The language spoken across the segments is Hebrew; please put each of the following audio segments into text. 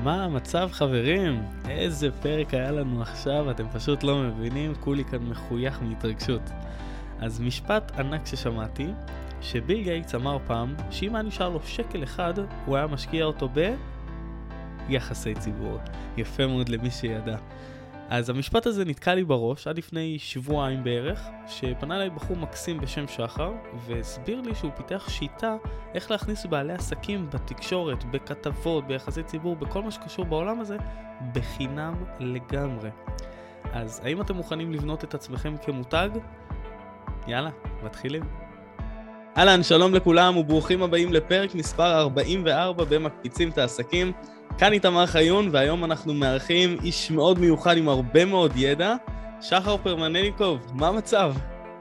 מה המצב חברים? איזה פרק היה לנו עכשיו, אתם פשוט לא מבינים, כולי כאן מחוייך מהתרגשות. אז משפט ענק ששמעתי, שביל גייטס אמר פעם, שאם היה נשאר לו שקל אחד, הוא היה משקיע אותו ביחסי ציבור. יפה מאוד למי שידע. אז המשפט הזה נתקע לי בראש עד לפני שבועיים בערך, שפנה אליי בחור מקסים בשם שחר, והסביר לי שהוא פיתח שיטה איך להכניס בעלי עסקים בתקשורת, בכתבות, ביחסי ציבור, בכל מה שקשור בעולם הזה, בחינם לגמרי. אז האם אתם מוכנים לבנות את עצמכם כמותג? יאללה, מתחילים. אהלן, שלום לכולם וברוכים הבאים לפרק מספר 44 במקפיצים את העסקים. כאן איתמר חיון, והיום אנחנו מארחים איש מאוד מיוחד עם הרבה מאוד ידע, שחר פרמנניקוב. מה המצב?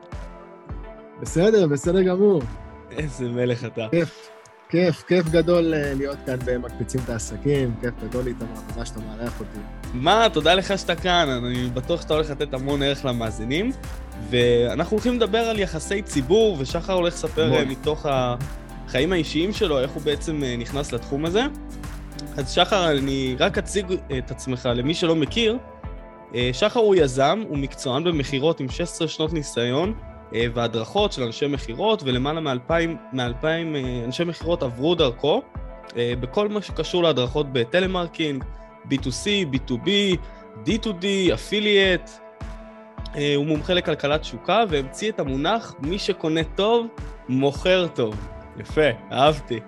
בסדר גמור. איזה מלך אתה. כיף גדול להיות כאן במקפיצים את העסקים, כיף גדול איתמר, תודה שאתה מארח אותי. מה, תודה לך שאתה כאן, אני בטוח שאתה הולך לתת המון ערך למאזינים, ואנחנו הולכים לדבר על יחסי ציבור, ושחר הולך לספר מתוך החיים האישיים שלו, איך הוא בעצם נכנס לתחום הזה. אז שחר, אני רק אציג את עצמך למי שלא מכיר. שחר הוא יזם, הוא מקצוען במחירות עם 16 שנות ניסיון והדרכות של אנשי מחירות, ולמעלה מ-2,000 אנשי מחירות עברו דרכו בכל מה שקשור להדרכות בטלמרקינג, B2C, B2B, D2D, אפילייט. הוא מומחה לכלכלת שוקה והמציא את המונח מי שקונה טוב, מוכר טוב. יפה, אהבתי.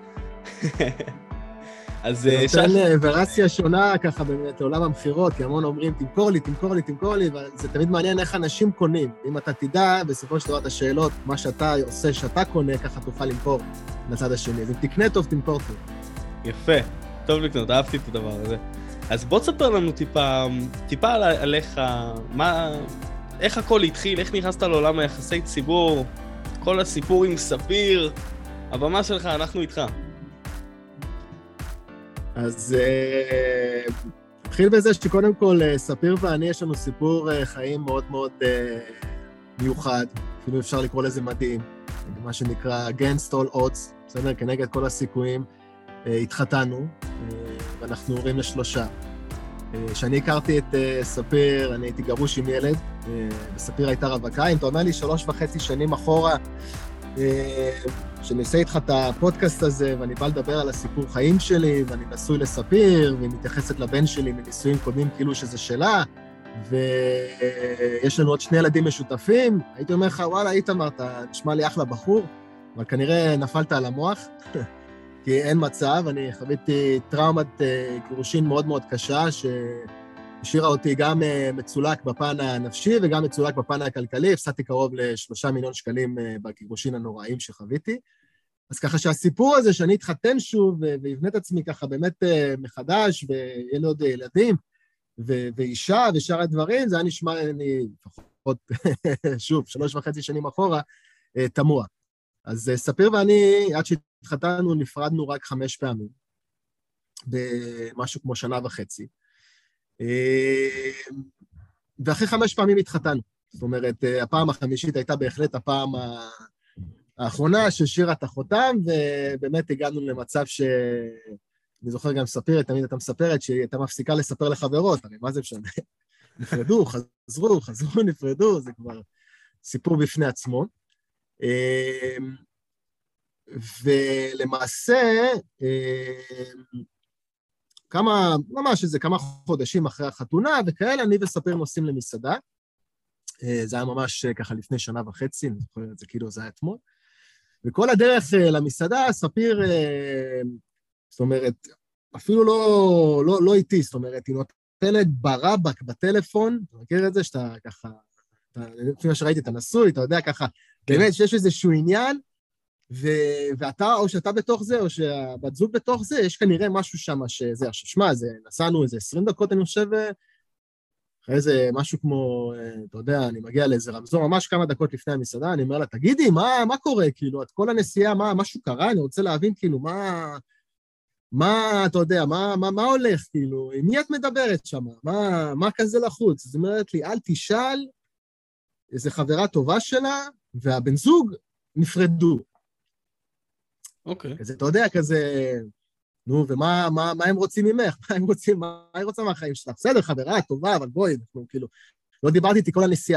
אז זה נותן ורסיה שונה ככה באמת לעולם המחירות, כי המון אומרים תמכור לי, וזה תמיד מעניין איך אנשים קונים. אם אתה תדע, בסופו של דבר את השאלות, מה שאתה עושה, שאתה קונה, ככה תוכל למכור לצד השני. אז אם תקנה טוב, תמכור טוב. יפה, טוב לקנות, אהבתי את הדבר הזה. אז בוא תספר לנו טיפה עליך, איך הכל התחיל, איך נכנסת לעולם היחסי ציבור, כל הסיפור עם ספיר, הבמה שלך, אנחנו איתך. אז התחיל בזה שקודם כל ספיר ואני יש לנו סיפור חיים מאוד מאוד מיוחד, אפילו אפשר לקרוא לזה מדהים, מה שנקרא against all odds, בסדר? כנגד כל הסיכויים, התחתנו, ואנחנו הורים לשלושה. כשאני הכרתי את ספיר, אני הייתי גרוש עם ילד, וספיר הייתה רווקה. אם אתה אומר לי 3.5 שנים אחורה, שאני אעשה איתך את הפודקאסט הזה, ואני בא לדבר על הסיפור חיים שלי, ואני נשוי לספיר, והיא מתייחסת לבן שלי מנישואים קודמים כאילו שזה שלה, ויש לנו עוד 2 ילדים משותפים, הייתי אומר לך, וואלה, איתמר, אתה נשמע לי אחלה בחור, אבל כנראה נפלת על המוח, כי אין מצב, אני חוויתי טראומת גירושין מאוד מאוד קשה, השאירה אותי גם מצולק בפן הנפשי וגם מצולק בפן הכלכלי, הפסדתי קרוב ל3 מיליון שקלים בגירושין הנוראים שחוויתי. אז ככה שהסיפור הזה שאני אתחתן שוב ויבנה את עצמי ככה באמת מחדש, ויהיה לי עוד ילדים ואישה ושאר הדברים, זה היה נשמע לי לפחות, שוב, 3.5 שנים אחורה, תמוה. אז ספיר ואני, עד שהתחתנו, נפרדנו רק 5 פעמים, במשהו כמו 1.5 שנה. ואחרי 5 פעמים התחתנו. זאת אומרת, הפעם החמישית הייתה בהחלט הפעם האחרונה ששירה את החותם, ובאמת הגענו למצב אני זוכר גם ספיר, תמיד אתה מספרת שהיא הייתה מפסיקה לספר לחברות, הרי מה זה משנה? נפרדו, חזרו, נפרדו, זה כבר סיפור בפני עצמו. ולמעשה, כמה חודשים אחרי החתונה, וכאלה, אני וספיר נוסעים למסעדה. זה היה ממש ככה לפני 1.5 שנה, אני זוכר את זה כאילו זה היה אתמול. וכל הדרך למסעדה, ספיר, זאת אומרת, אפילו לא איתי, זאת אומרת, היא נותנת ברבק בטלפון, אתה מכיר את זה שאתה ככה, לפי מה שראיתי, אתה נשוי, אתה יודע ככה, באמת שיש איזשהו עניין, ואתה, או שאתה בתוך זה, או שהבת זוג בתוך זה, יש כנראה משהו שם שזה, ששמע, נסענו איזה 20 דקות, אני חושב, אחרי זה משהו כמו, אתה יודע, אני מגיע לאיזה רמזור, ממש כמה דקות לפני המסעדה, אני אומר לה, תגידי, מה קורה, כאילו, את כל הנסיעה, משהו קרה, אני רוצה להבין, כאילו, אתה יודע, מה הולך, כאילו, עם מי את מדברת שם, מה כזה לחוץ? זאת אומרת לי, אל תשאל, איזו חברה טובה שלה, והבן זוג נפרדו. אוקיי. כזה, אתה יודע, כזה, נו, מה הם רוצים ממך? מה היא רוצה מהחיים שלך? בסדר, חברה, טובה, אבל בואי, אנחנו כאילו, לא דיברתי איתי כל הנסיעה.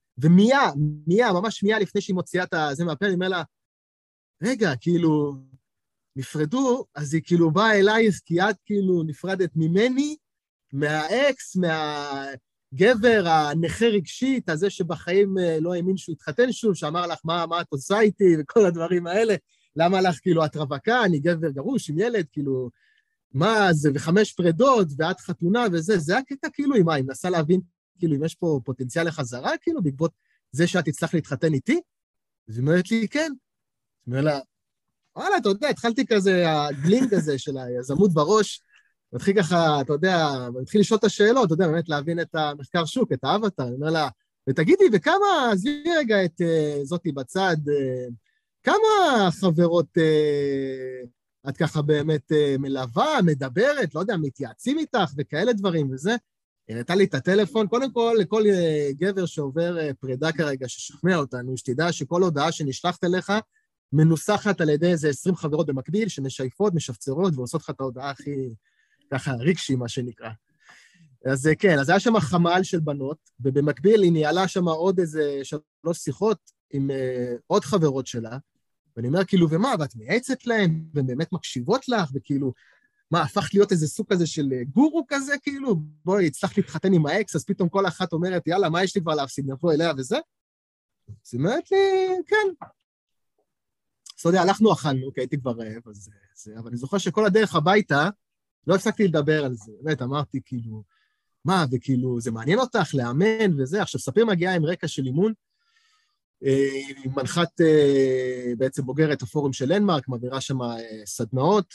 ממש מיה לפני שהיא מוציאה את זה מהפה, אני אומר לה, רגע, כאילו, נפרדו, אז היא כאילו באה אלייך, כי את כאילו נפרדת ממני, מהאקס, מהגבר הנכה רגשית, הזה שבחיים לא האמין שהוא התחתן שוב, שאמר לך מה את עושה איתי, וכל הדברים האלה, למה לך כאילו את רווקה, אני גבר גרוש עם ילד, כאילו, מה זה, ו5 פרדות, ואת חתונה וזה, זה הקטע כאילו, היא מנסה להבין, כאילו, אם יש פה פוטנציאל לחזרה, כאילו, בעקבות זה שאת תצטרך להתחתן איתי? אז היא אומרת לי, כן. היא אומרת לה, וואלה, אתה יודע, התחלתי כזה, הגלינג הזה של היזמות בראש, מתחיל ככה, אתה יודע, מתחיל לשאול את השאלות, אתה יודע, באמת להבין את המחקר שוק, את האבטר, אני אומר לה, ותגידי, וכמה, עזבי רגע את זאתי בצד, כמה חברות את ככה באמת מלווה, מדברת, לא יודע, מתייעצים איתך וכאלה דברים וזה, הראתה לי את הטלפון, קודם כל, לכל גבר שעובר פרידה כרגע, ששכנע אותנו, שתדע שכל הודעה שנשלחת אליך, מנוסחת על ידי איזה 20 חברות במקביל, שמשייפות, משפצרות, ועושות לך את ההודעה הכי, ככה, רגשי, מה שנקרא. אז כן, אז היה שם חמ"ל של בנות, ובמקביל היא ניהלה שם עוד איזה 3 שיחות עם עוד חברות שלה, ואני אומר, כאילו, ומה, ואת מייעצת להם, והן באמת מקשיבות לך, וכאילו, מה, הפכת להיות איזה סוג כזה של גורו כזה, כאילו, בואי, הצלחת להתחתן עם האקס, אז פתאום כל אחת אומרת, יאללה, מה יש לי כבר להפסיד, נבוא אליה וזה? אז היא אומרת לי, כן. אז אתה יודע, הלכנו אכלנו, כי הייתי כבר רעב, אז זה, אבל אני זוכר שכל הדרך הביתה, לא הפסקתי לדבר על זה, באמת, אמרתי, כאילו, מה, וכאילו, זה מעניין אותך, לאמן וזה, עכשיו, ספיר מגיעה עם רקע של אימון, היא מנחת בעצם בוגרת הפורום של לנדמרק, מעבירה שם סדנאות,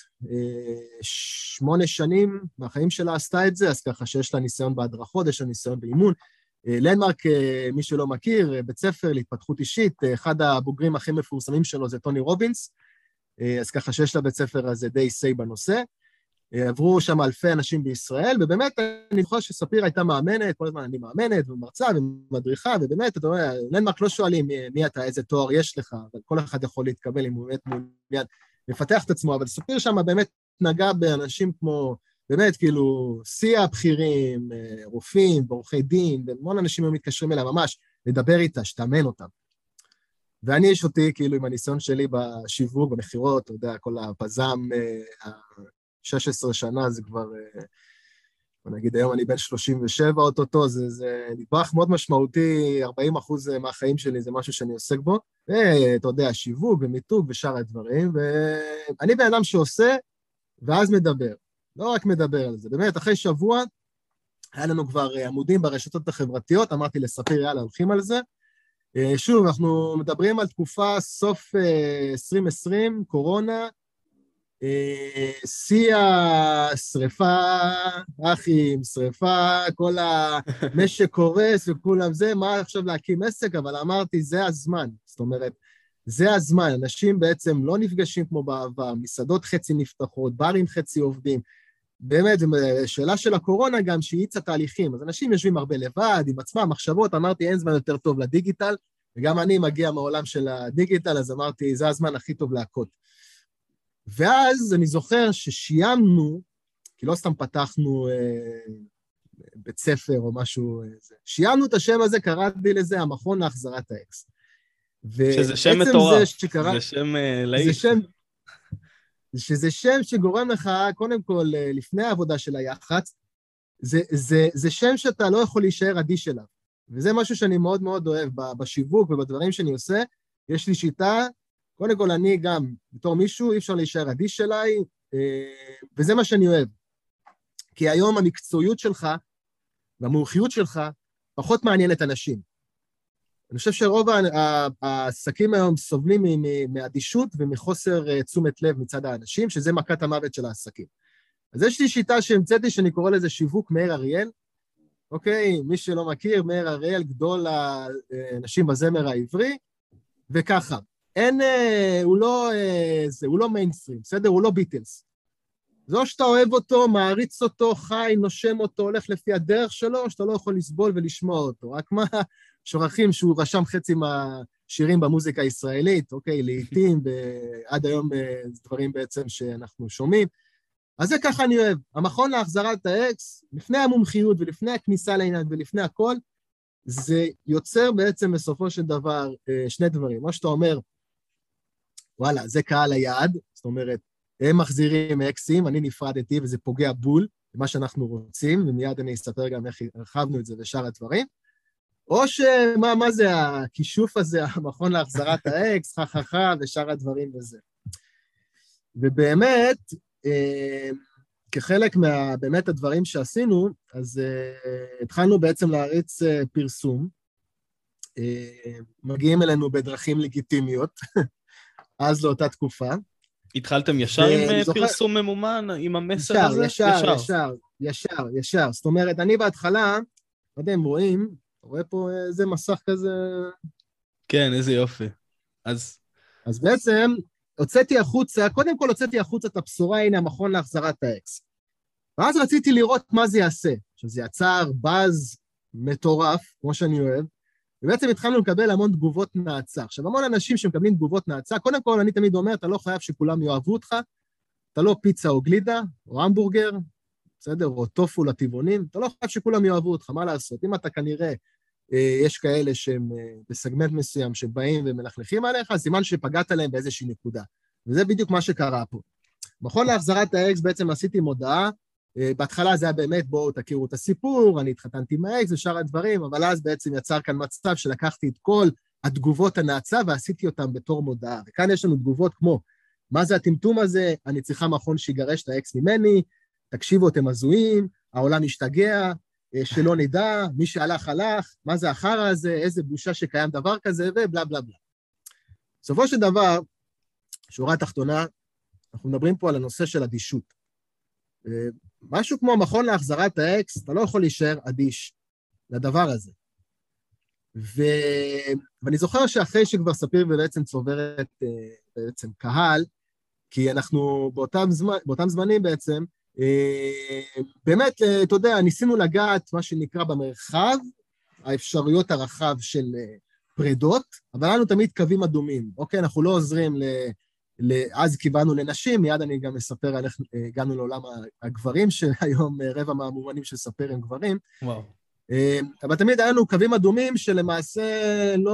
8 שנים מהחיים שלה עשתה את זה, אז ככה שיש לה ניסיון בהדרכות, יש לה ניסיון באימון. לנדמרק, מי שלא מכיר, בית ספר להתפתחות אישית, אחד הבוגרים הכי מפורסמים שלו זה טוני רובינס, אז ככה שיש לה בית ספר הזה די סי בנושא. עברו שם אלפי אנשים בישראל, ובאמת אני זוכר שספיר הייתה מאמנת, כל הזמן אני מאמנת ומרצה ומדריכה, ובאמת, אתה יודע, לנדמרק לא שואלים מי אתה, איזה תואר יש לך, אבל כל אחד יכול להתקבל אם הוא באמת מעוניין לפתח את עצמו, אבל ספיר שם באמת נגע באנשים כמו, באמת כאילו, שיא הבכירים, רופאים, ועורכי דין, והמון אנשים היו מתקשרים אליה ממש, לדבר איתה, שתאמן אותם. ואני יש אותי, כאילו, עם הניסיון שלי בשיווק, במחירות, אתה יודע, כל הפזם, 16 שנה זה כבר, נגיד היום אני בן 37 אוטוטו, זה נדבך מאוד משמעותי, 40% מהחיים שלי זה משהו שאני עוסק בו, ואתה יודע, שיווק ומיתוג ושאר הדברים, ואני בן אדם שעושה, ואז מדבר, לא רק מדבר על זה, באמת, אחרי שבוע, היה לנו כבר עמודים ברשתות החברתיות, אמרתי לספיר, יאללה, הולכים על זה, שוב, אנחנו מדברים על תקופה סוף 2020, קורונה, שיא השריפה, אחים, שריפה, כל המשק קורס וכולם זה, מה עכשיו להקים עסק, אבל אמרתי, זה הזמן. זאת אומרת, זה הזמן. אנשים בעצם לא נפגשים כמו בעבר, מסעדות חצי נפתחות, ברים חצי עובדים. באמת, שאלה של הקורונה גם שהאיצה תהליכים. אז אנשים יושבים הרבה לבד, עם עצמם, מחשבות, אמרתי, אין זמן יותר טוב לדיגיטל, וגם אני מגיע מעולם של הדיגיטל, אז אמרתי, זה הזמן הכי טוב להכות. ואז אני זוכר ששיימנו, כי לא סתם פתחנו בית ספר או משהו, שיימנו את השם הזה, קראתי לזה המכון להחזרת האקס. שזה שם מטורף, זה שם לאיש. שזה שם שגורם לך, קודם כל, לפני העבודה של היח"צ, זה שם שאתה לא יכול להישאר אדיש אליו. וזה משהו שאני מאוד מאוד אוהב בשיווק ובדברים שאני עושה, יש לי שיטה, קודם כל, אני גם, בתור מישהו, אי אפשר להישאר אדיש אליי, וזה מה שאני אוהב. כי היום המקצועיות שלך והמומחיות שלך פחות מעניינת אנשים. אני חושב שרוב העסקים היום סובלים מאדישות ומחוסר תשומת לב מצד האנשים, שזה מכת המוות של העסקים. אז יש לי שיטה שהמצאתי שאני קורא לזה שיווק מאיר אריאל. אוקיי, מי שלא מכיר, מאיר אריאל, גדול האנשים בזמר העברי, וככה. הוא לא מיינסטרים, בסדר? הוא לא ביטלס. זה או שאתה אוהב אותו, מעריץ אותו, חי, נושם אותו, הולך לפי הדרך שלו, או שאתה לא יכול לסבול ולשמוע אותו. רק מה, שוכחים שהוא רשם חצי מהשירים במוזיקה הישראלית, אוקיי, לעתים, ועד היום דברים בעצם שאנחנו שומעים. אז זה ככה אני אוהב. המכון להחזרת האקס, לפני המומחיות ולפני הכניסה לעניין ולפני הכל, זה יוצר בעצם בסופו של דבר שני דברים. מה שאתה אומר, וואלה, זה קהל היעד, זאת אומרת, הם מחזירים אקסים, אני נפרדתי וזה פוגע בול במה שאנחנו רוצים, ומיד אני אספר גם איך הרחבנו את זה ושאר הדברים. או מה זה הכישוף הזה, המכון להחזרת האקס, חככה ושאר הדברים וזה. ובאמת, כחלק באמת הדברים שעשינו, אז התחלנו בעצם להריץ פרסום, מגיעים אלינו בדרכים לגיטימיות, אז לאותה תקופה. התחלתם ישר עם פרסום ממומן, עם המסר הזה? ישר. זאת אומרת, אני בהתחלה, לא יודע אם רואים, אתה רואה פה איזה מסך כזה? כן, איזה יופי. אז בעצם, קודם כל הוצאתי החוצה את הבשורה, הנה המכון להחזרת האקס. ואז רציתי לראות מה זה יעשה, שזה יצר באז מטורף, כמו שאני אוהב, ובעצם התחלנו לקבל המון תגובות נאצה. עכשיו, המון אנשים שמקבלים תגובות נאצה, קודם כל אני תמיד אומר, אתה לא חייב שכולם יאהבו אותך, אתה לא פיצה או גלידה, או המבורגר, בסדר, או טופו לטבעונים, אתה לא חייב שכולם יאהבו אותך, מה לעשות? אם אתה כנראה, יש כאלה שהם בסגמנט מסוים שבאים ומלכלכים עליך, סימן שפגעת להם באיזושהי נקודה. וזה בדיוק מה שקרה פה. מכון להחזרת האקס בעצם עשיתי מודעה, בהתחלה זה היה באמת, בואו תכירו את הסיפור, אני התחתנתי עם האקס ושאר הדברים, אבל אז בעצם יצר כאן מצב שלקחתי את כל התגובות הנאצה ועשיתי אותם בתור מודעה. וכאן יש לנו תגובות כמו, מה זה הטמטום הזה? אני צריכה מכון שיגרש את האקס ממני, תקשיבו, אתם הזויים, העולם משתגע, שלא נדע, מי שהלך הלך, מה זה החרא הזה, איזה בושה שקיים דבר כזה, ובלה בלה בלה. בסופו של דבר, שורה תחתונה, אנחנו מדברים פה על הנושא של אדישות. משהו כמו מכון להחזרת האקס, אתה לא יכול להישאר אדיש לדבר הזה. ואני זוכר שאחרי שכבר ספיר ובעצם צוברת בעצם קהל, כי אנחנו באותם זמנים בעצם, באמת, אתה יודע, ניסינו לגעת מה שנקרא במרחב, האפשרויות הרחב של פרדות, אבל לנו תמיד קווים אדומים, אוקיי? אנחנו לא עוזרים אז כיוונו לנשים, מיד אני גם אספר על איך הגענו לעולם הגברים, שהיום רבע מהמומנים שספר הם גברים. וואו. אבל תמיד היה לנו קווים אדומים שלמעשה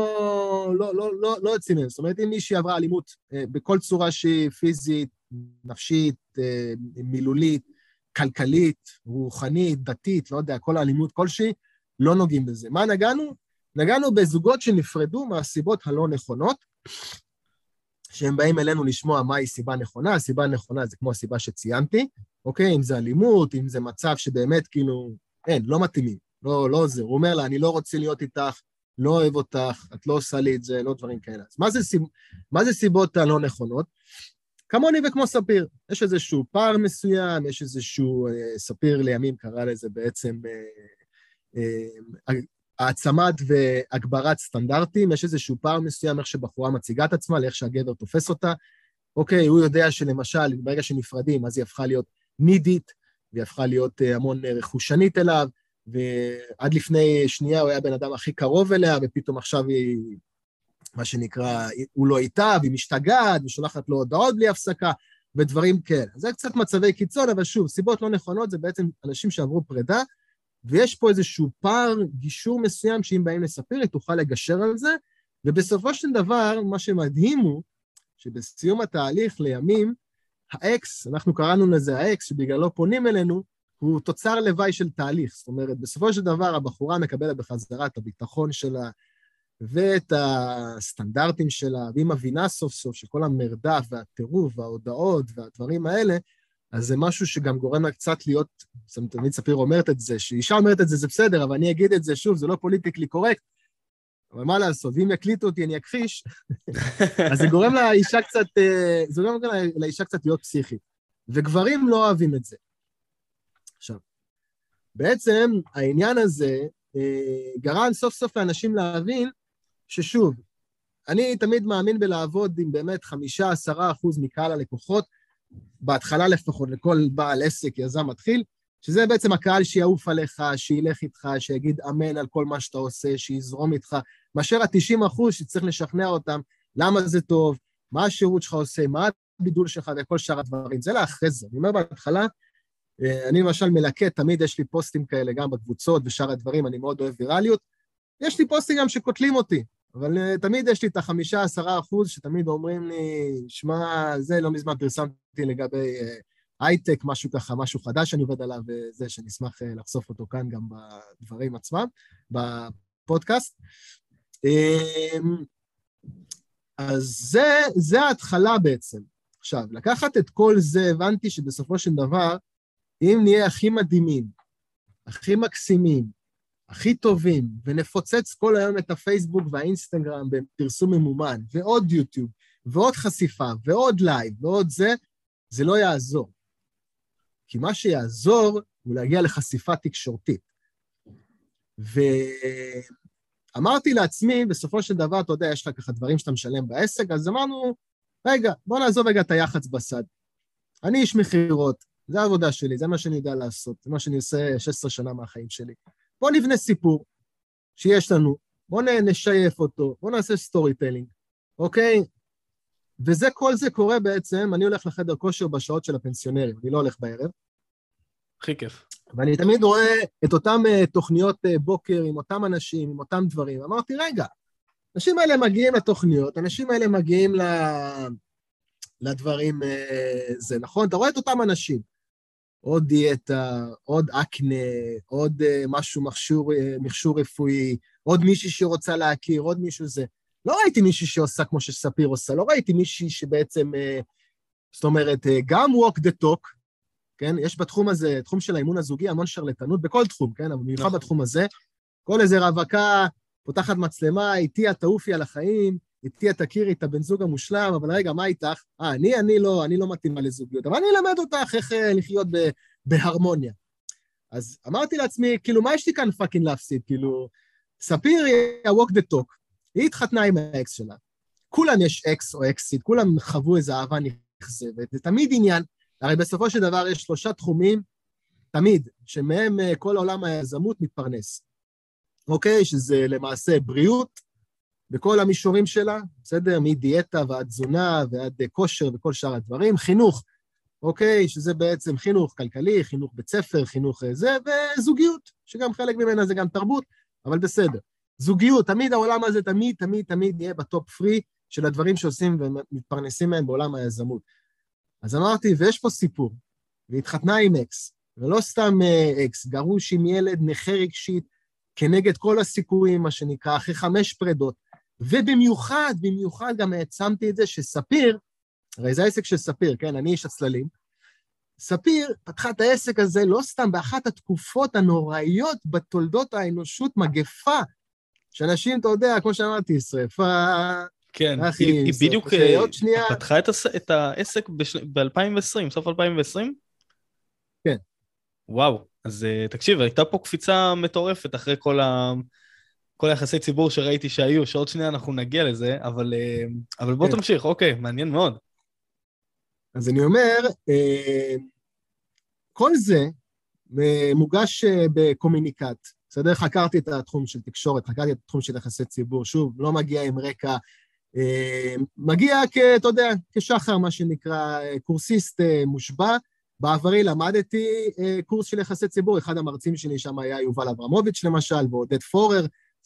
לא יוצאים מהם. זאת אומרת, אם מישהי עברה אלימות בכל צורה שהיא פיזית, נפשית, מילולית, כלכלית, רוחנית, דתית, לא יודע, כל האלימות כלשהי, לא נוגעים בזה. מה נגענו? נגענו בזוגות שנפרדו מהסיבות הלא נכונות, שהם באים אלינו לשמוע מהי סיבה נכונה. הסיבה הנכונה זה כמו הסיבה שציינתי, אוקיי? אם זה אלימות, אם זה מצב שבאמת כאילו, אין, לא מתאימים, לא זה. הוא אומר לה, אני לא רוצה להיות איתך, לא אוהב אותך, את לא עושה לי את זה, לא דברים כאלה. אז מה זה סיבות הלא נכונות? כמוני וכמו ספיר. יש איזשהו פער מסוים, יש איזשהו, ספיר לימים קרא לזה בעצם, העצמת והגברת סטנדרטים, יש איזשהו פער מסוים, איך שבחורה מציגה את עצמה, לאיך שהגבר תופס אותה. אוקיי, הוא יודע שלמשל, ברגע שנפרדים, אז היא הפכה להיות נידית, והיא הפכה להיות המון רכושנית אליו, ועד לפני שנייה הוא היה בן אדם הכי קרוב אליה, ופתאום עכשיו היא, מה שנקרא, הוא לא איתה, והיא משתגעת, ושולחת לו הודעות בלי הפסקה, ודברים כאלה. זה קצת מצבי קיצון, אבל שוב, סיבות לא נכונות, זה בעצם אנשים שעברו פרידה, ויש פה איזשהו פער, גישור מסוים, שאם באים לספיר, היא תוכל לגשר על זה, ובסופו של דבר, מה שמדהים הוא, שבסיום התהליך לימים, האקס, אנחנו קראנו לזה האקס, שבגללו פונים אלינו, הוא תוצר לוואי של תהליך. זאת אומרת, בסופו של דבר, הבחורה מקבלת בחזרה את הביטחון שלה, ואת הסטנדרטים שלה, והיא מבינה סוף סוף שכל המרדף והטירוף וההודעות והדברים האלה, אז זה משהו שגם גורם לה קצת להיות, תמיד ספיר אומרת את זה, שאישה אומרת את זה, זה בסדר, אבל אני אגיד את זה שוב, זה לא פוליטיקלי קורקט, אבל מה לעשות, ואם יקליטו אותי, אני אכחיש, אז זה גורם לאישה קצת, זה גורם לאישה קצת להיות פסיכית, וגברים לא אוהבים את זה. עכשיו, בעצם העניין הזה גרם סוף סוף לאנשים להבין ששוב, אני תמיד מאמין בלעבוד עם באמת 5-10% מקהל הלקוחות, בהתחלה לפחות לכל בעל עסק, יזם מתחיל, שזה בעצם הקהל שיעוף עליך, שילך איתך, שיגיד אמן על כל מה שאתה עושה, שיזרום איתך, מאשר ה-90% שצריך לשכנע אותם, למה זה טוב, מה השירות שלך עושה, מה הבידול שלך וכל שאר הדברים, זה לאחרי זה. אני אומר בהתחלה, אני למשל מלקט, תמיד יש לי פוסטים כאלה, גם בקבוצות ושאר הדברים, אני מאוד אוהב ויראליות. יש לי פוסטים גם שקוטלים אותי, אבל תמיד יש לי את 5-10% שתמיד אומרים לי, שמע, זה לא מזמן פרסמתי לגבי הייטק, משהו ככה, משהו חדש שאני עובד עליו, וזה שנשמח לחשוף אותו כאן גם בדברים עצמם, בפודקאסט. אז זה ההתחלה בעצם. עכשיו, לקחת את כל זה, הבנתי שבסופו של דבר, אם נהיה הכי מדהימים, הכי מקסימים, הכי טובים, ונפוצץ כל היום את הפייסבוק והאינסטגרם בפרסום ממומן, ועוד יוטיוב, ועוד חשיפה, ועוד לייב, ועוד זה לא יעזור. כי מה שיעזור הוא להגיע לחשיפה תקשורתית. ואמרתי לעצמי, בסופו של דבר, אתה יודע, יש לך ככה דברים שאתה משלם בעסק, אז אמרנו, רגע, בוא נעזוב רגע את היח"צ בצד. אני איש מכירות, זה העבודה שלי, זה מה שאני יודע לעשות, זה מה שאני עושה 16 שנה מהחיים שלי. בוא נבנה סיפור שיש לנו, בוא נשייף אותו, בוא נעשה סטורי טלינג, אוקיי? כל זה קורה בעצם, אני הולך לחדר כושר בשעות של הפנסיונרים, אני לא הולך בערב. הכי כיף. ואני תמיד רואה את אותם תוכניות בוקר עם אותם אנשים, עם אותם דברים. אמרתי, רגע, אנשים האלה מגיעים לתוכניות, אנשים האלה מגיעים לדברים, זה נכון? אתה רואה את אותם אנשים. עוד דיאטה, עוד אקנה, עוד משהו, מכשור רפואי, עוד מישהי שרוצה להכיר, עוד מישהו זה. לא ראיתי מישהי שעושה כמו שספיר עושה, לא ראיתי מישהי שבעצם, זאת אומרת, גם walk the talk, כן? יש בתחום הזה, תחום של האימון הזוגי, המון שרלטנות, בכל תחום, כן? אבל במיוחד בתחום הזה, כל איזה רווקה פותחת מצלמה, איתי תעופי על החיים, איתי תכירי את הבן זוג המושלם, אבל רגע, מה איתך? אני לא מתאימה לזוגיות, אבל אני אלמד אותך איך לחיות בהרמוניה. אז אמרתי לעצמי, כאילו, מה יש לי כאן פאקינג להפסיד? כאילו, ספיר היא walk the talk, היא התחתנה עם האקס שלה. כולם יש אקס או אקסיט, כולם חוו איזו אהבה נכזבת, זה תמיד עניין, הרי בסופו של דבר יש 3 תחומים, תמיד, שמהם כל העולם היזמות מתפרנס. אוקיי? שזה למעשה בריאות, בכל המישורים שלה, בסדר? מדיאטה ועד תזונה ועד כושר וכל שאר הדברים, חינוך, אוקיי? שזה בעצם חינוך כלכלי, חינוך בית ספר, חינוך זה, וזוגיות, שגם חלק ממנה זה גם תרבות, אבל בסדר. זוגיות, תמיד העולם הזה, תמיד יהיה בטופ פרי של הדברים שעושים ומתפרנסים מהם בעולם היזמות. אז אמרתי, ויש פה סיפור, והתחתנה עם אקס, ולא סתם אקס, גרוש עם ילד נכה רגשית, כנגד כל הסיכויים, מה שנקרא, אחרי 5 פרדות, ובמיוחד גם העצמתי את זה שספיר, הרי זה העסק של ספיר, כן, אני איש הצללים, ספיר פתחה את העסק הזה לא סתם באחת התקופות הנוראיות בתולדות האנושות, מגפה, שאנשים, אתה יודע, כמו שאמרתי, שריפה, כן, אחי, היא בדיוק פתחה את העסק ב-2020, סוף 2020? כן. וואו, אז תקשיב, הייתה פה קפיצה מטורפת אחרי כל היחסי ציבור שראיתי שהיו, שעוד שנייה אנחנו נגיע לזה, אבל בוא תמשיך, אוקיי, מעניין מאוד. אז אני אומר, כל זה מוגש בקומוניקט, בסדר? חקרתי את התחום של תקשורת, חקרתי את התחום של יחסי ציבור, שוב, לא מגיע עם רקע, מגיע אתה יודע, כשחר, מה שנקרא, קורסיסט מושבע, בעברי למדתי קורס של יחסי ציבור, אחד המרצים שלי שם היה יובל אברמוביץ' למשל, ועודד פורר,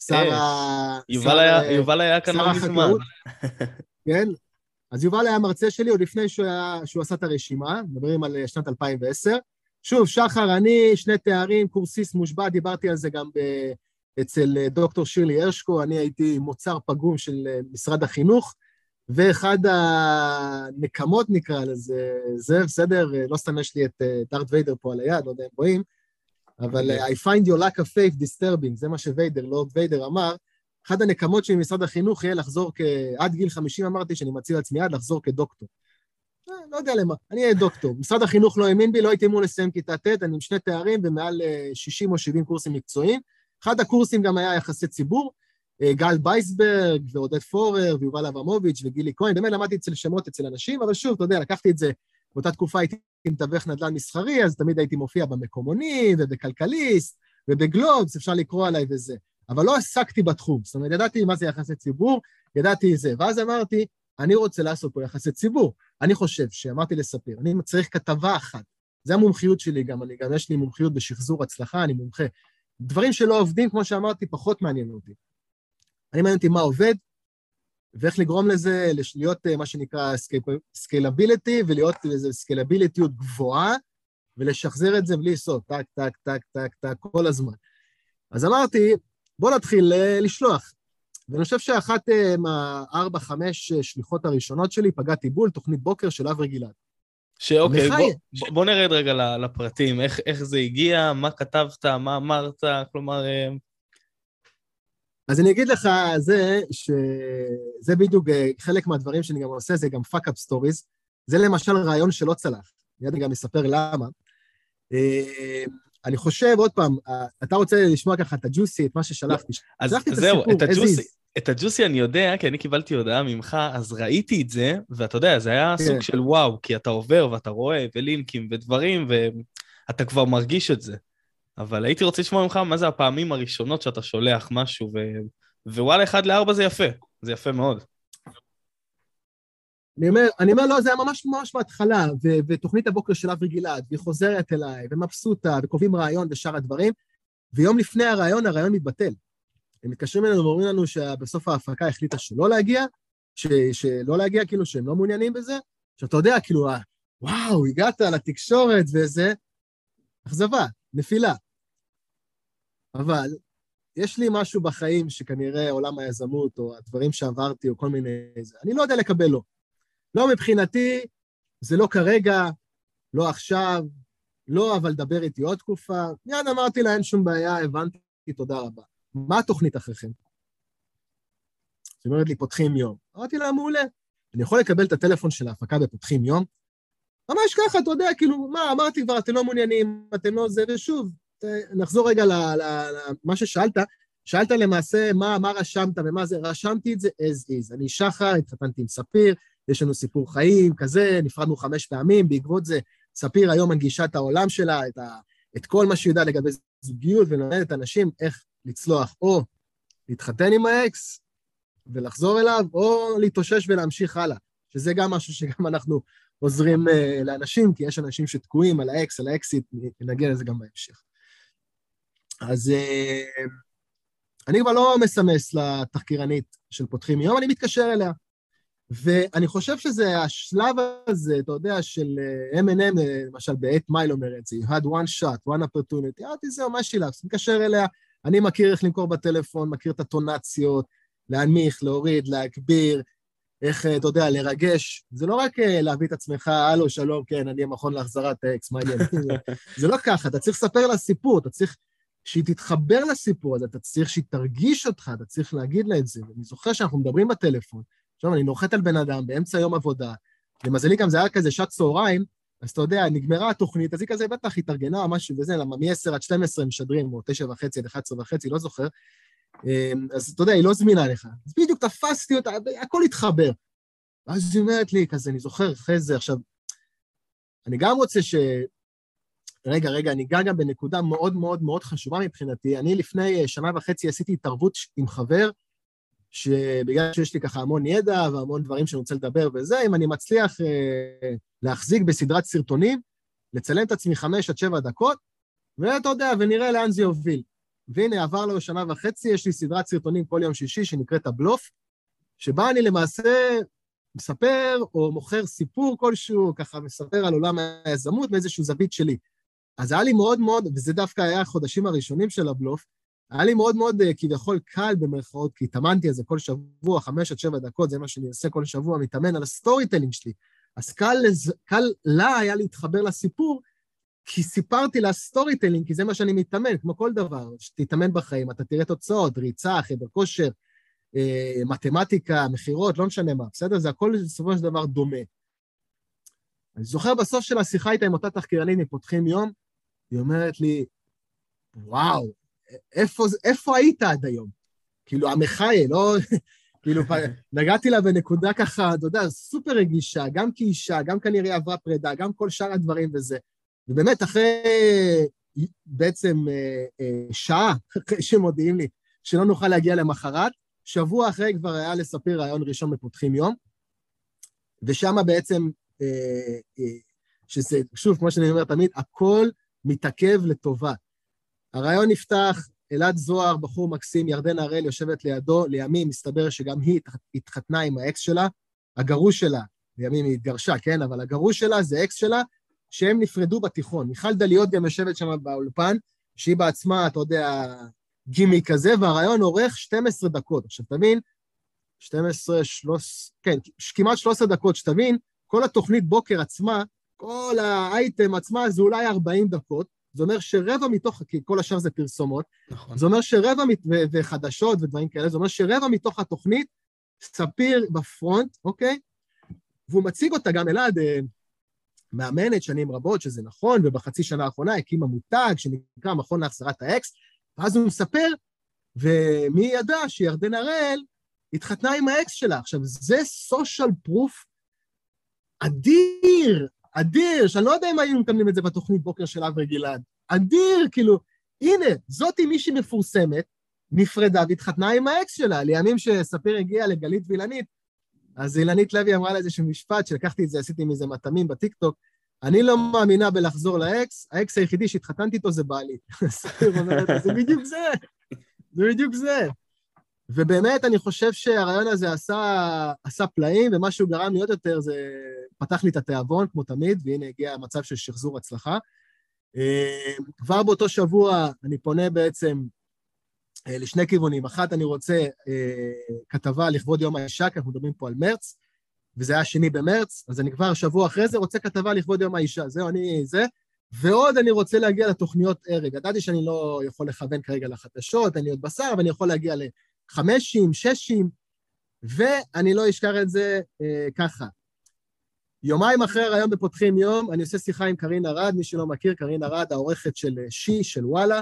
יובל היה כאן לא מזמן. כן, אז יובל היה מרצה שלי עוד לפני שהוא עשה את הרשימה, מדברים על שנת 2010. שוב, שחר, אני 2 תארים, קורסיסט מושבע, דיברתי על זה גם אצל דוקטור שירלי הרשקו, אני הייתי מוצר פגום של משרד החינוך, ואחד הנקמות נקרא לזה, זה בסדר, לא סתם יש לי את דארת ויידר פה על היד, לא יודע אם רואים, אבל I find your lack of faith disturbing, זה מה שוויידר, לורד ויידר אמר, אחד הנקמות של משרד החינוך יהיה לחזור עד גיל 50 אמרתי שאני מציע לעצמי עד לחזור כדוקטור. לא יודע למה, אני אהיה דוקטור. משרד החינוך לא האמין בי, לא הייתי אמור לסיים כיתה ט', אני עם 2 תארים ומעל 60 או 70 קורסים מקצועיים. אחד הקורסים גם היה יחסי ציבור, גל בייסברג ועודד פורר ויובל אברמוביץ' וגילי כהן, באמת למדתי אצל שמות אצל אנשים, אבל שוב, אתה יודע, לקחתי את זה, באותה תקופה הייתי מתווך נדל"ן מסחרי, אז תמיד הייתי מופיע במקומונים ובכלכליסט ובגלובס, אפשר לקרוא עליי וזה. אבל לא עסקתי בתחום, זאת אומרת, ידעתי מה זה יחסי ציבור, ידעתי זה, ואז אמרתי, אני רוצה לעשות פה יחסי ציבור. אני חושב שאמרתי לספיר, אני צריך כתבה אחת. זה המומחיות שלי גם, גם יש לי מומחיות בשחזור הצלחה, אני מומחה. דברים שלא עובדים, כמו שאמרתי, פחות מעניין אותי. אני מעניין אותי מה עובד, ואיך לגרום לזה להיות מה שנקרא scalability, ולהיות לזה scalability גבוהה, ולשחזר את זה בלי סוף, טק, טק, טק, טק, טק, כל הזמן. אז אמרתי, בוא נתחיל לשלוח. ואני חושב שאחת מה-4-5 שליחות הראשונות שלי פגעתי בול, תוכנית בוקר של אברי גלעד. שאוקיי, בוא נרד רגע לפרטים, איך זה הגיע, מה כתבת, מה אמרת, כלומר... אז אני אגיד לך שזה בדיוק חלק מהדברים שאני גם עושה, זה גם fuck-up stories, זה למשל רעיון שלא צלח, אני גם אספר למה. אני חושב, עוד פעם, אתה רוצה לשמוע ככה את הג'וסי, את מה ששלחתי. אז זהו, את הג'וסי אני יודע, כי אני קיבלתי הודעה ממך, אז ראיתי את זה, ואתה יודע, זה היה סוג של וואו, כי אתה עובר ואתה רואה, ולינקים ודברים, ואתה כבר מרגיש את זה. אבל הייתי רוצה לשמוע ממך מה זה הפעמים הראשונות שאתה שולח משהו, ווואלה, 1-4 זה יפה, זה יפה מאוד. אני אומר, לא, זה היה ממש ממש בהתחלה, ותוכנית הבוקר של אברי גלעד, והיא חוזרת אליי, ומבסוטה, וקובעים רעיון ושאר הדברים, ויום לפני הרעיון מתבטל. הם מתקשרים אלינו ואומרים לנו שבסוף ההפקה החליטה שלא להגיע, שלא להגיע, כאילו שהם לא מעוניינים בזה, שאתה יודע, כאילו, וואו, הגעת לתקשורת וזה, אכזבה, נפילה. אבל יש לי משהו בחיים שכנראה עולם היזמות, או הדברים שעברתי, או כל מיני זה, אני לא יודע לקבל לא. לא מבחינתי, זה לא כרגע, לא עכשיו, לא, אבל דבר איתי עוד תקופה. מיד אמרתי לה, אין שום בעיה, הבנתי, תודה רבה. מה התוכנית אחריכם? זאת אומרת לי, פותחים יום. אמרתי לה, מעולה. אני יכול לקבל את הטלפון של ההפקה בפותחים יום? ממש ככה, אתה יודע, כאילו, מה, אמרתי כבר, אתם לא מעוניינים, אתם לא זה, ושוב, נחזור רגע למה ששאלת, שאלת למעשה מה רשמת ומה זה, רשמתי את זה as is. אני שחר, התחתנתי עם ספיר, יש לנו סיפור חיים כזה, נפרדנו 5 פעמים, בעקבות זה, ספיר היום מנגישה את העולם שלה, את כל מה שיודע לגבי זוגיות, ולמד את האנשים איך לצלוח, או להתחתן עם האקס, ולחזור אליו, או להתאושש ולהמשיך הלאה, שזה גם משהו שגם אנחנו עוזרים לאנשים, כי יש אנשים שתקועים על האקס, על האקסיט, נגיע לזה גם בהמשך. אז אני כבר לא מסמס לתחקירנית של פותחים יום, אני מתקשר אליה. ואני חושב שזה השלב הזה, אתה יודע, של M&M, למשל ב8 Mile אומר את זה, you had one shot, one opportunity, זהו, מה שילבס, מתקשר אליה, אני מכיר איך למכור בטלפון, מכיר את הטונציות, להנמיך, להוריד, להגביר, איך, אתה יודע, לרגש, זה לא רק להביא את עצמך, הלו, שלום, כן, אני המכון להחזרת האקס, מה העניין? זה לא ככה, אתה צריך לספר לה סיפור, אתה צריך שהיא תתחבר לסיפור הזה, אתה צריך שהיא תרגיש אותך, אתה צריך להגיד לה את זה, ואני זוכר שאנחנו מדברים בטלפון, עכשיו, אני נוחת על בן אדם באמצע יום עבודה, למזלי גם זה היה כזה שעת צהריים, אז אתה יודע, נגמרה התוכנית, אז היא כזה בטח התארגנה או משהו וזה, למה מ-10 עד 12 משדרים, או 9:30 עד 11:30, לא זוכר, אז אתה יודע, היא לא זמינה לך. אז בדיוק תפסתי אותה, הכל התחבר. ואז היא אומרת לי, כזה, אני זוכר אחרי זה, עכשיו, אני גם רוצה רגע, אני אגע גם בנקודה מאוד מאוד מאוד חשובה מבחינתי, אני לפני 1.5 שנה עשיתי התערבות עם חבר, שבגלל שיש לי ככה המון ידע והמון דברים שאני רוצה לדבר וזה, אם אני מצליח להחזיק בסדרת סרטונים, לצלם את עצמי 5 עד 7 דקות, ואתה יודע, ונראה לאן זה יוביל. והנה, עבר לו 1.5 שנה, יש לי סדרת סרטונים כל יום שישי שנקראת הבלוף, שבה אני למעשה מספר או מוכר סיפור כלשהו, ככה מספר על עולם היזמות מאיזשהו זווית שלי. אז היה לי מאוד מאוד, וזה דווקא היה החודשים הראשונים של הבלוף, היה לי מאוד מאוד כביכול קל במרכאות, כי התאמנתי על זה כל שבוע, 5 עד 7 דקות, זה מה שאני עושה כל שבוע, מתאמן על הסטורי טלינג שלי. אז קל לה היה להתחבר לסיפור, כי סיפרתי לה סטורי טלינג, כי זה מה שאני מתאמן, כמו כל דבר, שתתאמן בחיים, אתה תראה תוצאות, ריצה, חדר כושר, מתמטיקה, מחירות, לא משנה מה, בסדר? זה הכל בסופו של דבר דומה. אני זוכר בסוף של השיחה איתה עם אותה תחקירנית מפותחים יום, היא אומרת לי, וואו, איפה היית עד היום? כאילו, המחיה, לא... כאילו, נגעתי לה בנקודה ככה, אתה יודע, סופר רגישה, גם כאישה, גם כנראה עברה פרידה, גם כל שאר הדברים וזה. ובאמת, אחרי בעצם שעה, אחרי שמודיעים לי שלא נוכל להגיע למחרת, שבוע אחרי כבר היה לספיר רעיון ראשון מפותחים יום, ושם בעצם, שזה, שוב, כמו שאני אומר תמיד, הכל מתעכב לטובה. הרעיון נפתח, אלעד זוהר, בחור מקסים, ירדן הראל יושבת לידו, לימים מסתבר שגם היא התחתנה עם האקס שלה, הגרוש שלה, לימים היא התגרשה, כן? אבל הגרוש שלה זה אקס שלה, שהם נפרדו בתיכון. מיכל דליות גם יושבת שם באולפן, שהיא בעצמה, אתה יודע, גימי כזה, והרעיון עורך 12 דקות. עכשיו תבין, 12, 13, כן, כמעט 13 דקות, שתבין, כל התוכנית בוקר עצמה, כל האייטם עצמה, זה אולי 40 דקות, זה אומר שרבע מתוך, כי כל השאר זה פרסומות, נכון. זה אומר שרבע, וחדשות ודברים כאלה, זה אומר שרבע מתוך התוכנית, ספיר בפרונט, אוקיי? והוא מציג אותה גם אלעד, מאמנת שנים רבות, שזה נכון, ובחצי שנה האחרונה הקימה מותג, שנקרא מכון להחזרת האקס, ואז הוא מספר, ומי ידע שירדן הראל התחתנה עם האקס שלה. עכשיו, זה סושיאל פרוף אדיר, אדיר, שאני לא יודע אם היינו מקבלים את זה בתוכנית בוקר של אברי גלעד, אדיר, כאילו, הנה, זאתי מישהי מפורסמת, נפרדה והתחתנה עם האקס שלה, לימים שספיר הגיע לגלית וילנית, אז אילנית לוי אמרה לה איזשהו משפט, שלקחתי את זה, עשיתי מזה מטעמים בטיקטוק, אני לא מאמינה בלחזור לאקס, האקס היחידי שהתחתנתי איתו זה בעלי. ספיר אומרת, זה בדיוק זה, זה בדיוק זה. ובאמת אני חושב שהרעיון הזה עשה פלאים, ומה שהוא גרם להיות יותר זה פתח לי את התיאבון, כמו תמיד, והנה הגיע המצב של שחזור הצלחה. כבר באותו שבוע אני פונה בעצם לשני כיוונים. אחת, אני רוצה כתבה לכבוד יום האישה, כי אנחנו מדברים פה על מרץ, וזה היה 2 במרץ, אז אני כבר שבוע אחרי זה רוצה כתבה לכבוד יום האישה. זהו, ועוד אני רוצה להגיע לתוכניות ערב. ידעתי שאני לא יכול לכוון כרגע לחדשות, אני עוד בשר, אבל אני יכול להגיע ל5, 6, ואני לא אשכח את זה ככה. יומיים אחרי הרעיון בפותחים יום, אני עושה שיחה עם קרין ארד, מי שלא מכיר, קרין ארד, העורכת של של וואלה,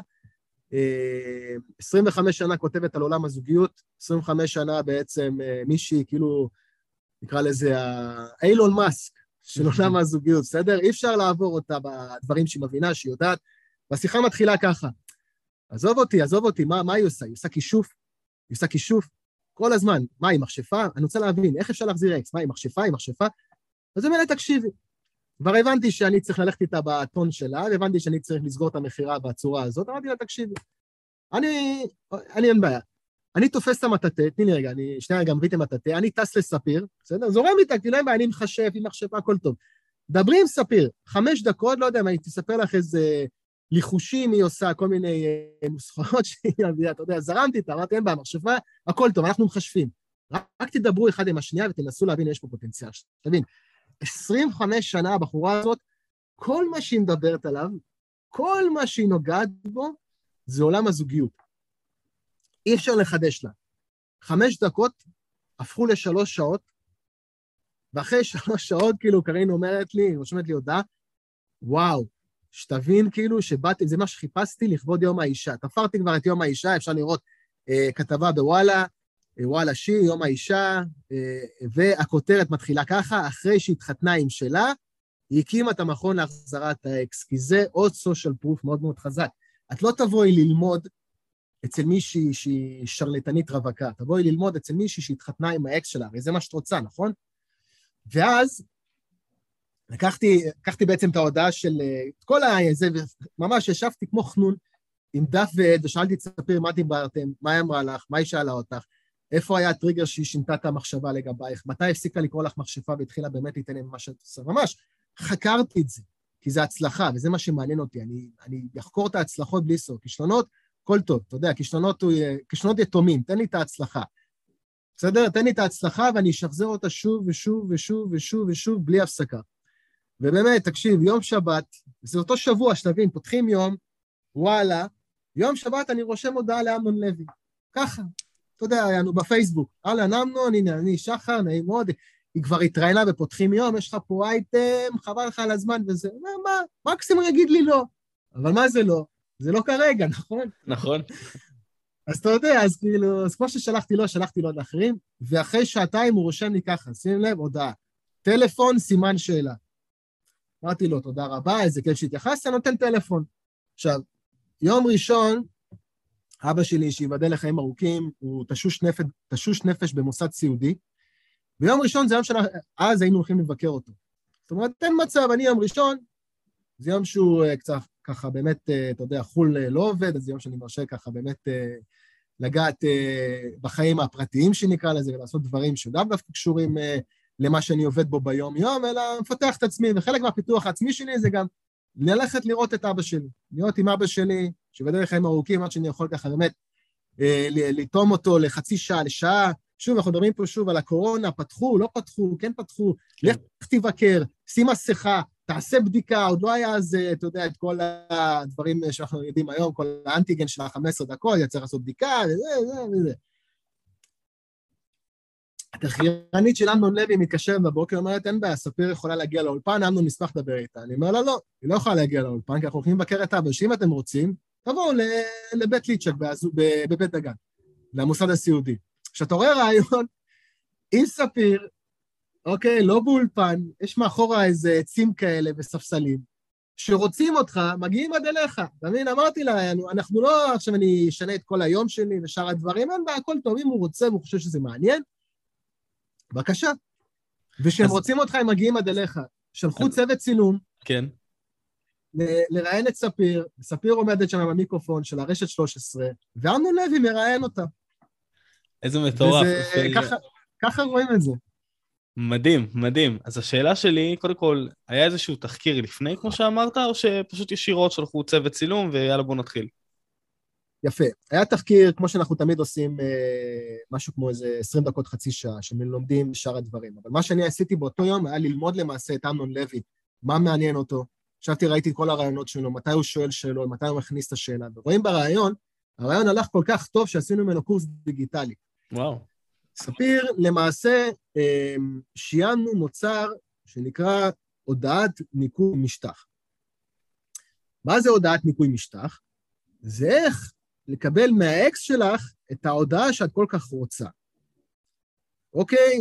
25 שנה כותבת על עולם הזוגיות, 25 שנה בעצם מישהי, כאילו, נקרא לזה, אילון מאסק של עולם הזוגיות, בסדר? אי אפשר לעבור אותה בדברים שהיא מבינה, שהיא יודעת, והשיחה מתחילה ככה, עזוב אותי, מה היא עושה? היא עושה כישוף, כל הזמן, מה, היא מכשפה? אני רוצה להבין, איך אפשר להחזיר אקס? מה, היא מכשפה? אז היא אומרת, תקשיבי, כבר הבנתי שאני צריך ללכת איתה בטון שלה, והבנתי שאני צריך לסגור את המחירה בצורה הזאת, אמרתי לה, תקשיבי, אני אין בעיה, אני תופס את המטאטה, תני לי רגע, שנייה רגע מביט עם המטאטה, אני טס לספיר, בסדר? זורם איתה, כי לא אין בעיה, אני מחשב, היא מכשפה, הכל טוב. דברי עם ספיר, 5 דקות, לא יודע מה, היא תספר לך איזה ליחושים היא עושה, כל מיני נוסחאות שהיא מביאה, אתה יודע, זרמתי איתה, אמרתי, אין בעיה, מכשפה, הכל טוב, אנחנו מחשבים. רק תדברו אחד עם השנייה ותנסו להבין, יש פה פוטנציאל. תבין, 25 שנה הבחורה הזאת, כל מה שהיא מדברת עליו, כל מה שהיא נוגעת בו, זה עולם הזוגיות. אי אפשר לחדש לה. 5 דקות הפכו ל3 שעות, ואחרי 3 שעות, כאילו, קרין אומרת לי, רושמת לי הודעה, וואו, שתבין כאילו שבאתי, זה מה שחיפשתי לכבוד יום האישה. תפרתי כבר את יום האישה, אפשר לראות כתבה בוואלה, וואלה שי, יום האישה, והכותרת מתחילה ככה, אחרי שהתחתנה עם שלה, היא הקימה את המכון להחזרת האקס, כי זה עוד סושיאל פרוף מאוד מאוד חזק. את לא תבואי ללמוד אצל מישהי שהיא שרלטנית רווקה, תבואי ללמוד אצל מישהי שהתחתנה עם האקס שלה, הרי זה מה שאת רוצה, נכון? ואז לקחתי בעצם את ההודעה של כל זה, ממש ישבתי כמו חנון עם דף ועד, ושאלתי את ספיר, מה דיברתם, מה היא אמרה לך, מה היא שאלה אותך, איפה היה הטריגר שהיא שינתה את המחשבה לגבייך, מתי הפסיקה לקרוא לך מחשבה והתחילה באמת להתעניין עם מה שאת עושה, ממש חקרתי את זה, כי זה הצלחה, וזה מה שמעניין אותי, אני אחקור את ההצלחות בלי סוף, כישלונות, כל טוב, אתה יודע, כישלונות יתומים, תן לי את ההצלחה, בסדר? תן לי את ההצלחה ואני אשחזר אותה שוב ושוב ושוב ושוב ושוב בלי הפסקה. ובאמת, תקשיב, יום שבת, זה אותו שבוע שתבין, פותחים יום, וואלה, יום שבת אני רושם הודעה לאמנון לוי, ככה, אתה יודע, היינו בפייסבוק, אהלן אמנון, הנה, אני שחר, נעים מאוד, היא כבר התראיינה ופותחים יום, יש לך פה אייטם, חבל לך על הזמן וזה, מה, מקסימום יגיד לי לא, אבל מה זה לא? זה לא כרגע, נכון? נכון. אז אתה יודע, אז כאילו, אז כמו ששלחתי לו עוד לאחרים, ואחרי 2 שעתיים הוא רושם לי ככה, שים לב, הודעה, טלפון, סימן שאלה. אמרתי לו, תודה רבה, איזה כיף שהתייחסת, נותן טלפון. עכשיו, יום ראשון, אבא שלי, שיבדל לחיים ארוכים, הוא תשוש נפש במוסד סיעודי, ויום ראשון זה יום אז היינו הולכים לבקר אותו. זאת אומרת, אין מצב, אני יום ראשון, זה יום שהוא קצת ככה באמת, אתה יודע, חול לא עובד, אז זה יום שאני מרשה ככה באמת לגעת בחיים הפרטיים שנקרא לזה, ולעשות דברים שגם דווקא קשורים למה שאני עובד בו ביום-יום, אלא מפתח את עצמי, וחלק מהפיתוח העצמי שלי זה גם ללכת לראות את אבא שלי, להיות עם אבא שלי, שבדרך חיים ארוכים, עד שאני יכול ככה באמת לטום אותו לחצי שעה, לשעה. שוב, אנחנו מדברים פה שוב על הקורונה, פתחו, לא פתחו, כן פתחו, לך תבקר, שים מסכה, תעשה בדיקה, עוד לא היה אז, אתה יודע, את כל הדברים שאנחנו יודעים היום, כל האנטיגן של 15 דקות, היה צריך לעשות בדיקה, וזה. התחקירנית של אמנון לוי מתקשרת בבוקר, אומרת, אין בעיה, ספיר יכולה להגיע לאולפן, אמנון נשמח לדבר איתה. אני אומר לה, לא, היא לא יכולה להגיע לאולפן, כי אנחנו הולכים לבקר את אבא, שאם אתם רוצים, תבואו לבית ליצ'ק, בבית דגן, למוסד הסיעודי. כשאתה רואה רעיון עם ספיר, אוקיי, לא באולפן, יש מאחורה איזה עצים כאלה וספסלים, שרוצים אותך, מגיעים עד אליך. תמיד אמרתי לה, אנחנו לא, עכשיו אני אשנה את כל היום שלי ושאר הדברים, אין בה, הכל טוב, אם הוא רוצה והוא חושב שזה מעניין, בבקשה. ושהם רוצים אותך, הם מגיעים עד אליך. שלחו צוות צילום, כן. לראיין את ספיר, ספיר עומדת שם במיקרופון של הרשת 13, ואמנון לוי מראיין אותה. איזה מטורף. ככה רואים את זה. מדהים, מדהים. אז השאלה שלי, קודם כל, היה איזשהו תחקיר לפני, כמו שאמרת, או שפשוט ישירות שלחו צוות צילום, ויאללה בוא נתחיל? יפה. היה תחקיר, כמו שאנחנו תמיד עושים, משהו כמו איזה 20 דקות, חצי שעה, שלומדים שאר הדברים. אבל מה שאני עשיתי באותו יום, היה ללמוד למעשה את אמנון לוי, מה מעניין אותו. חשבתי, ראיתי את כל הרעיונות שלו, מתי הוא שואל שאלות, מתי הוא מכניס את השאלה. ורואים ברעיון, הרעיון הלך כל כך טוב שעשינו ממנו קורס דיגיטלי. וואו. ספיר, למעשה, שיימנו מוצר שנקרא הודעת ניקוי משטח. מה זה הודעת ניקוי משטח? זה איך לקבל מהאקס שלך את ההודעה שאת כל כך רוצה. אוקיי,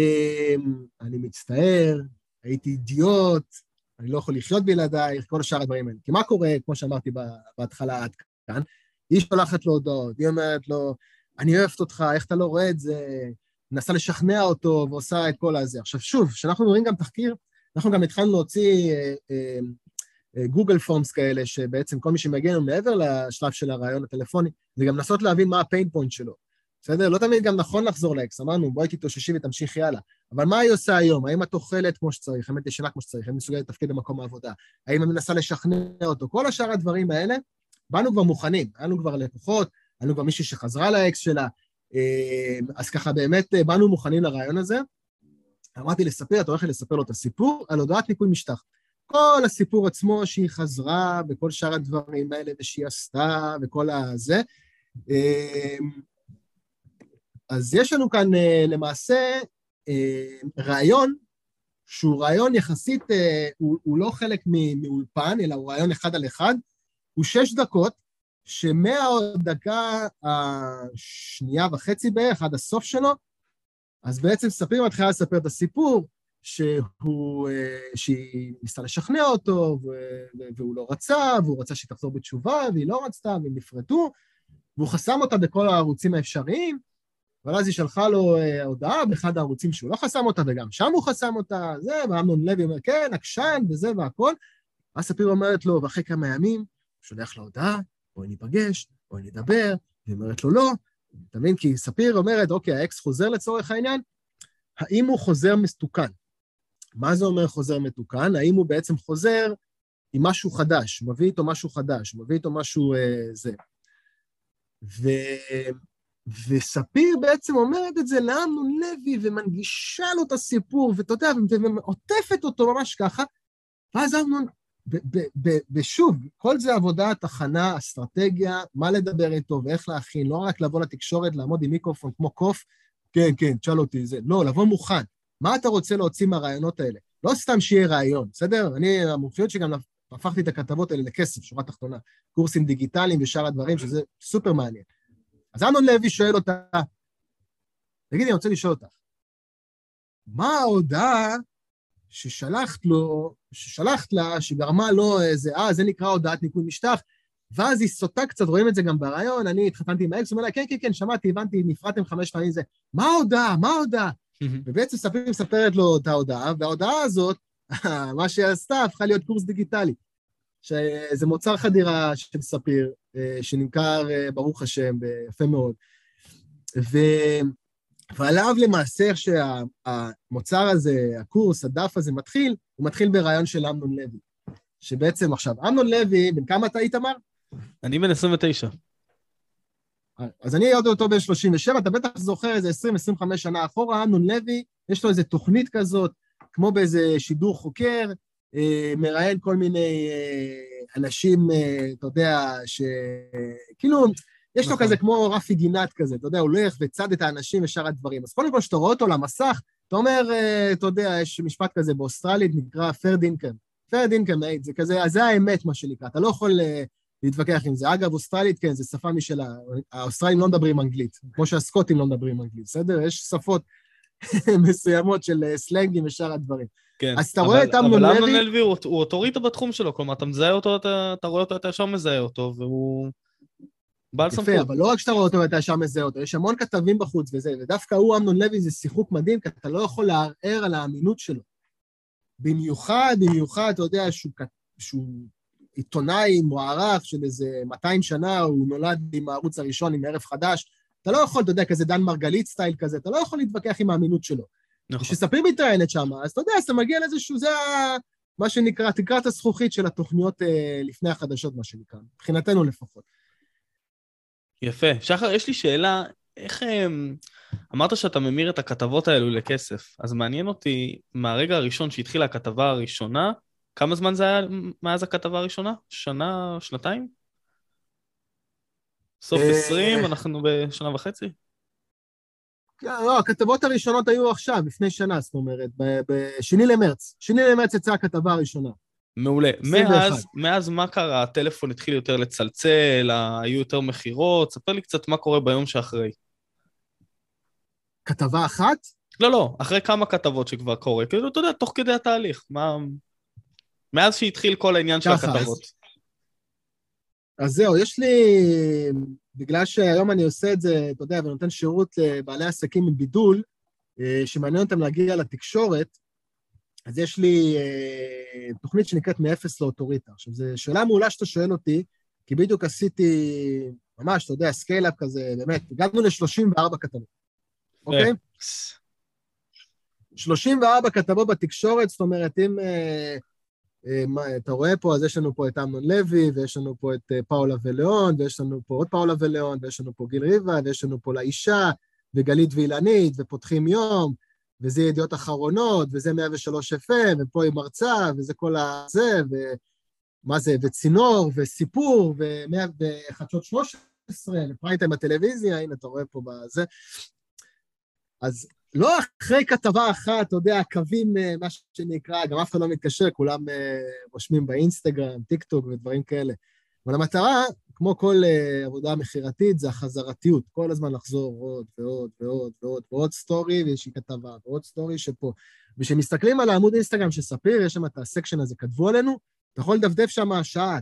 אני מצטער, הייתי אידיוט, אני לא יכול לחיות בלעדייך, כל השאר הדברים האלה. כי מה קורה, כמו שאמרתי בהתחלה עד כאן, היא שולחת לו הודעות, היא אומרת לו, אני אוהבת אותך, איך אתה לא רואה את זה, מנסה לשכנע אותו ועושה את כל הזה. עכשיו שוב, כשאנחנו רואים גם תחקיר, אנחנו גם התחלנו להוציא גוגל פורמס כאלה, שבעצם כל מי שמגיע לנו מעבר לשלב של הרעיון הטלפוני, זה גם לנסות להבין מה הפיין פוינט שלו. בסדר? לא תמיד גם נכון לחזור לאקס, אמרנו, בואי תתאוששי ותמשיכי הלאה. אבל מה היא עושה היום? האם את אוכלת כמו שצריך? האם את ישנה כמו שצריך? האם מסוגלת לתפקד במקום העבודה? האם היא מנסה לשכנע אותו? כל השאר הדברים האלה, באנו כבר מוכנים, היינו כבר לקוחות, היינו כבר מישהי שחזרה לאקס שלה, אז ככה באמת באנו מוכנים לרעיון הזה. אמרתי לספר, אתה הולכת לספר לו את הסיפור על הודעת ניקוי משטח. כל הסיפור עצמו שהיא חזרה, וכל שאר הדברים האלה, ושהיא עשתה, וכל הזה. אז יש לנו כאן למעשה רעיון, שהוא רעיון יחסית, הוא לא חלק מאולפן, אלא הוא רעיון אחד על אחד, הוא 6 דקות, שמהדקה השנייה וחצי בערך, עד הסוף שלו, אז בעצם ספיר מתחילה לספר את הסיפור, שהיא ניסתה לשכנע אותו, והוא לא רצה, והוא רצה שהיא תחזור בתשובה, והיא לא רצתה, והם נפרדו, והוא חסם אותה בכל הערוצים האפשריים, אבל אז היא שלחה לו הודעה באחד הערוצים שהוא לא חסם אותה, וגם שם הוא חסם אותה, זה, ואמנון לוי אומר, כן, עקשן, וזה והכל, אז ספיר אומרת לו, ואחרי כמה ימים, שולח לו הודעה, בואי ניפגש, בואי נדבר, והיא אומרת לו לא, תבין, כי ספיר אומרת, אוקיי, האקס חוזר לצורך העניין, האם הוא חוזר מסתוקן? מה זה אומר חוזר מתוקן? האם הוא בעצם חוזר עם משהו חדש, מביא איתו משהו חדש, מביא איתו משהו זה. וספיר בעצם אומרת את זה לאמנון לוי, ומנגישה לו את הסיפור, ואתה יודע, ועוטפת אותו ממש ככה, ואז אמנון, ושוב, כל זה עבודת, הכנה, אסטרטגיה, מה לדבר איתו ואיך להכין, לא רק לבוא לתקשורת, לעמוד עם מיקרופון כמו קוף, כן, כן, תשאל אותי זה, לא, לבוא מוכן. מה אתה רוצה להוציא מהרעיונות האלה? לא סתם שיהיה רעיון, בסדר? אני, המומחיות שגם הפכתי את הכתבות האלה לכסף, שורה תחתונה, קורסים דיגיטליים ושאר הדברים, שזה סופר מעניין. אז אמנון לוי שואל אותה, תגידי, אני רוצה לשאול אותך, מה ההודעה ששלחת לה, שגרמה לו איזה, זה נקרא הודעת ניקוי משטח, ואז היא סוטה קצת, רואים את זה גם ברעיון, אני התחתנתי עם האקס, הוא אומר לה, כן, כן, כן, שמעתי, הבנתי, נפרדתם 5 פעמים זה, מה ההודעה? ובעצם ספיר מספרת לו את ההודעה, וההודעה הזאת, מה שהיא עשתה, הפכה להיות קורס דיגיטלי. שזה מוצר חדירה של ספיר, שנמכר ברוך השם, יפה מאוד. ועליו למעשה שהמוצר הזה, הקורס, הדף הזה מתחיל, הוא מתחיל ברעיון של אמנון לוי. שבעצם עכשיו, אמנון לוי, בן כמה אתה איתמר? אני בן 29. אז אני עוד אותו בן 37, אתה בטח זוכר איזה 20-25 שנה אחורה, אמנון לוי, יש לו איזו תוכנית כזאת, כמו באיזה שידור חוקר, מראיין כל מיני אנשים, אתה יודע, שכאילו, יש לו כזה כמו רפי גינת כזה, אתה יודע, הוא הולך וצד את האנשים ושאר הדברים. אז קודם כל, כשאתה רואה אותו על המסך, אתה אומר, אתה יודע, יש משפט כזה באוסטרלית, נקרא fair dinkum. fair dinkum, זה כזה, זה האמת, מה שנקרא. אתה לא יכול להתווכח עם זה. אגב, אוסטרלית, כן, זה שפה משלה. האוסטרלים לא מדברים אנגלית, כמו שהסקוטים לא מדברים אנגלית, בסדר? יש שפות מסוימות של סלנגים ושאר הדברים. כן, אז אתה רואה את אמנון לוי... אבל אמנון לוי הוא אוטוריטה בתחום שלו, כלומר, אתה מזהה אותו, אתה רואה אותו, אתה ישר מזהה אותו, והוא בעל סמכות. יפה, אבל לא רק שאתה רואה אותו ואתה ישר מזהה אותו, יש המון כתבים בחוץ וזה, ודווקא הוא, אמנון לוי, זה שיחוק מדהים, כי אתה לא יכול לערער על האמינות שלו. במיוחד, אתה יודע, שהוא עיתונאי מוערך של איזה 200 שנה, הוא נולד עם הערוץ הראשון, עם ערב חדש, אתה לא יכול, אתה יודע, כזה דן מרגלית סטייל כזה, אתה לא יכול להתווכח עם האמינות שלו. נכון. כשספיר מתראיינת שם, אז אתה יודע, אז אתה מגיע לאיזשהו, זה מה שנקרא, תקרת הזכוכית של התוכניות לפני החדשות, מה שנקרא, מבחינתנו לפחות. יפה. שחר, יש לי שאלה, איך... אמרת שאתה ממיר את הכתבות האלו לכסף, אז מעניין אותי, מהרגע הראשון שהתחילה הכתבה הראשונה, כמה זמן זה היה מאז הכתבה הראשונה? שנה, שנתיים? סוף 20, אנחנו בשנה וחצי? לא, הכתבות הראשונות היו עכשיו, לפני שנה, זאת אומרת, בשני למרץ. שני למרץ יצאה הכתבה הראשונה. מעולה. מאז מה קרה? הטלפון התחיל יותר לצלצל, היו יותר מחירות, ספר לי קצת מה קורה ביום שאחרי. כתבה אחת? לא, אחרי כמה כתבות שכבר קורה, כאילו, אתה יודע, תוך כדי התהליך, מאז שהתחיל כל העניין של הכתבות. אז זהו, יש לי, בגלל שהיום אני עושה את זה, אתה יודע, ונותן שירות לבעלי עסקים עם בידול, שמעניין אותם להגיע לתקשורת, אז יש לי תוכנית שנקראת מאפס לאוטוריטה. עכשיו, זו שאלה מעולה שאתה שואל אותי, כי בדיוק עשיתי, ממש, אתה יודע, סקייל-אפ כזה, באמת, הגענו ל-34 כתבות, אוקיי? 34 כתבות בתקשורת, זאת אומרת, אם אתה רואה פה, אז יש לנו פה את אמנון לוי, ויש לנו פה את פאולה ולאון, ויש לנו פה עוד פאולה ולאון, ויש לנו פה גיל ריבה, ויש לנו פה לאישה, וגלית וילנית, ופותחים יום, וזה ידיעות אחרונות, וזה 103 FM, ופה היא מרצה, וזה כל הזה, ומה זה, וצינור, וסיפור, וחדשות 13, ופריים בטלוויזיה, הנה אתה רואה פה בזה. אז לא אחרי כתבה אחת, אתה יודע, קווים, מה שנקרא, גם אף אחד לא מתקשר, כולם רושמים באינסטגרם, טיק טוק ודברים כאלה. אבל המטרה, כמו כל עבודה מחירתית, זה החזרתיות, כל הזמן לחזור עוד ועוד ועוד ועוד ועוד סטורי, ויש כתבה, ועוד סטורי שפה. וכשמסתכלים על העמוד אינסטגרם של ספיר, יש שם את הסקשן הזה, כתבו עלינו, אתה יכול לדפדף שם שעה,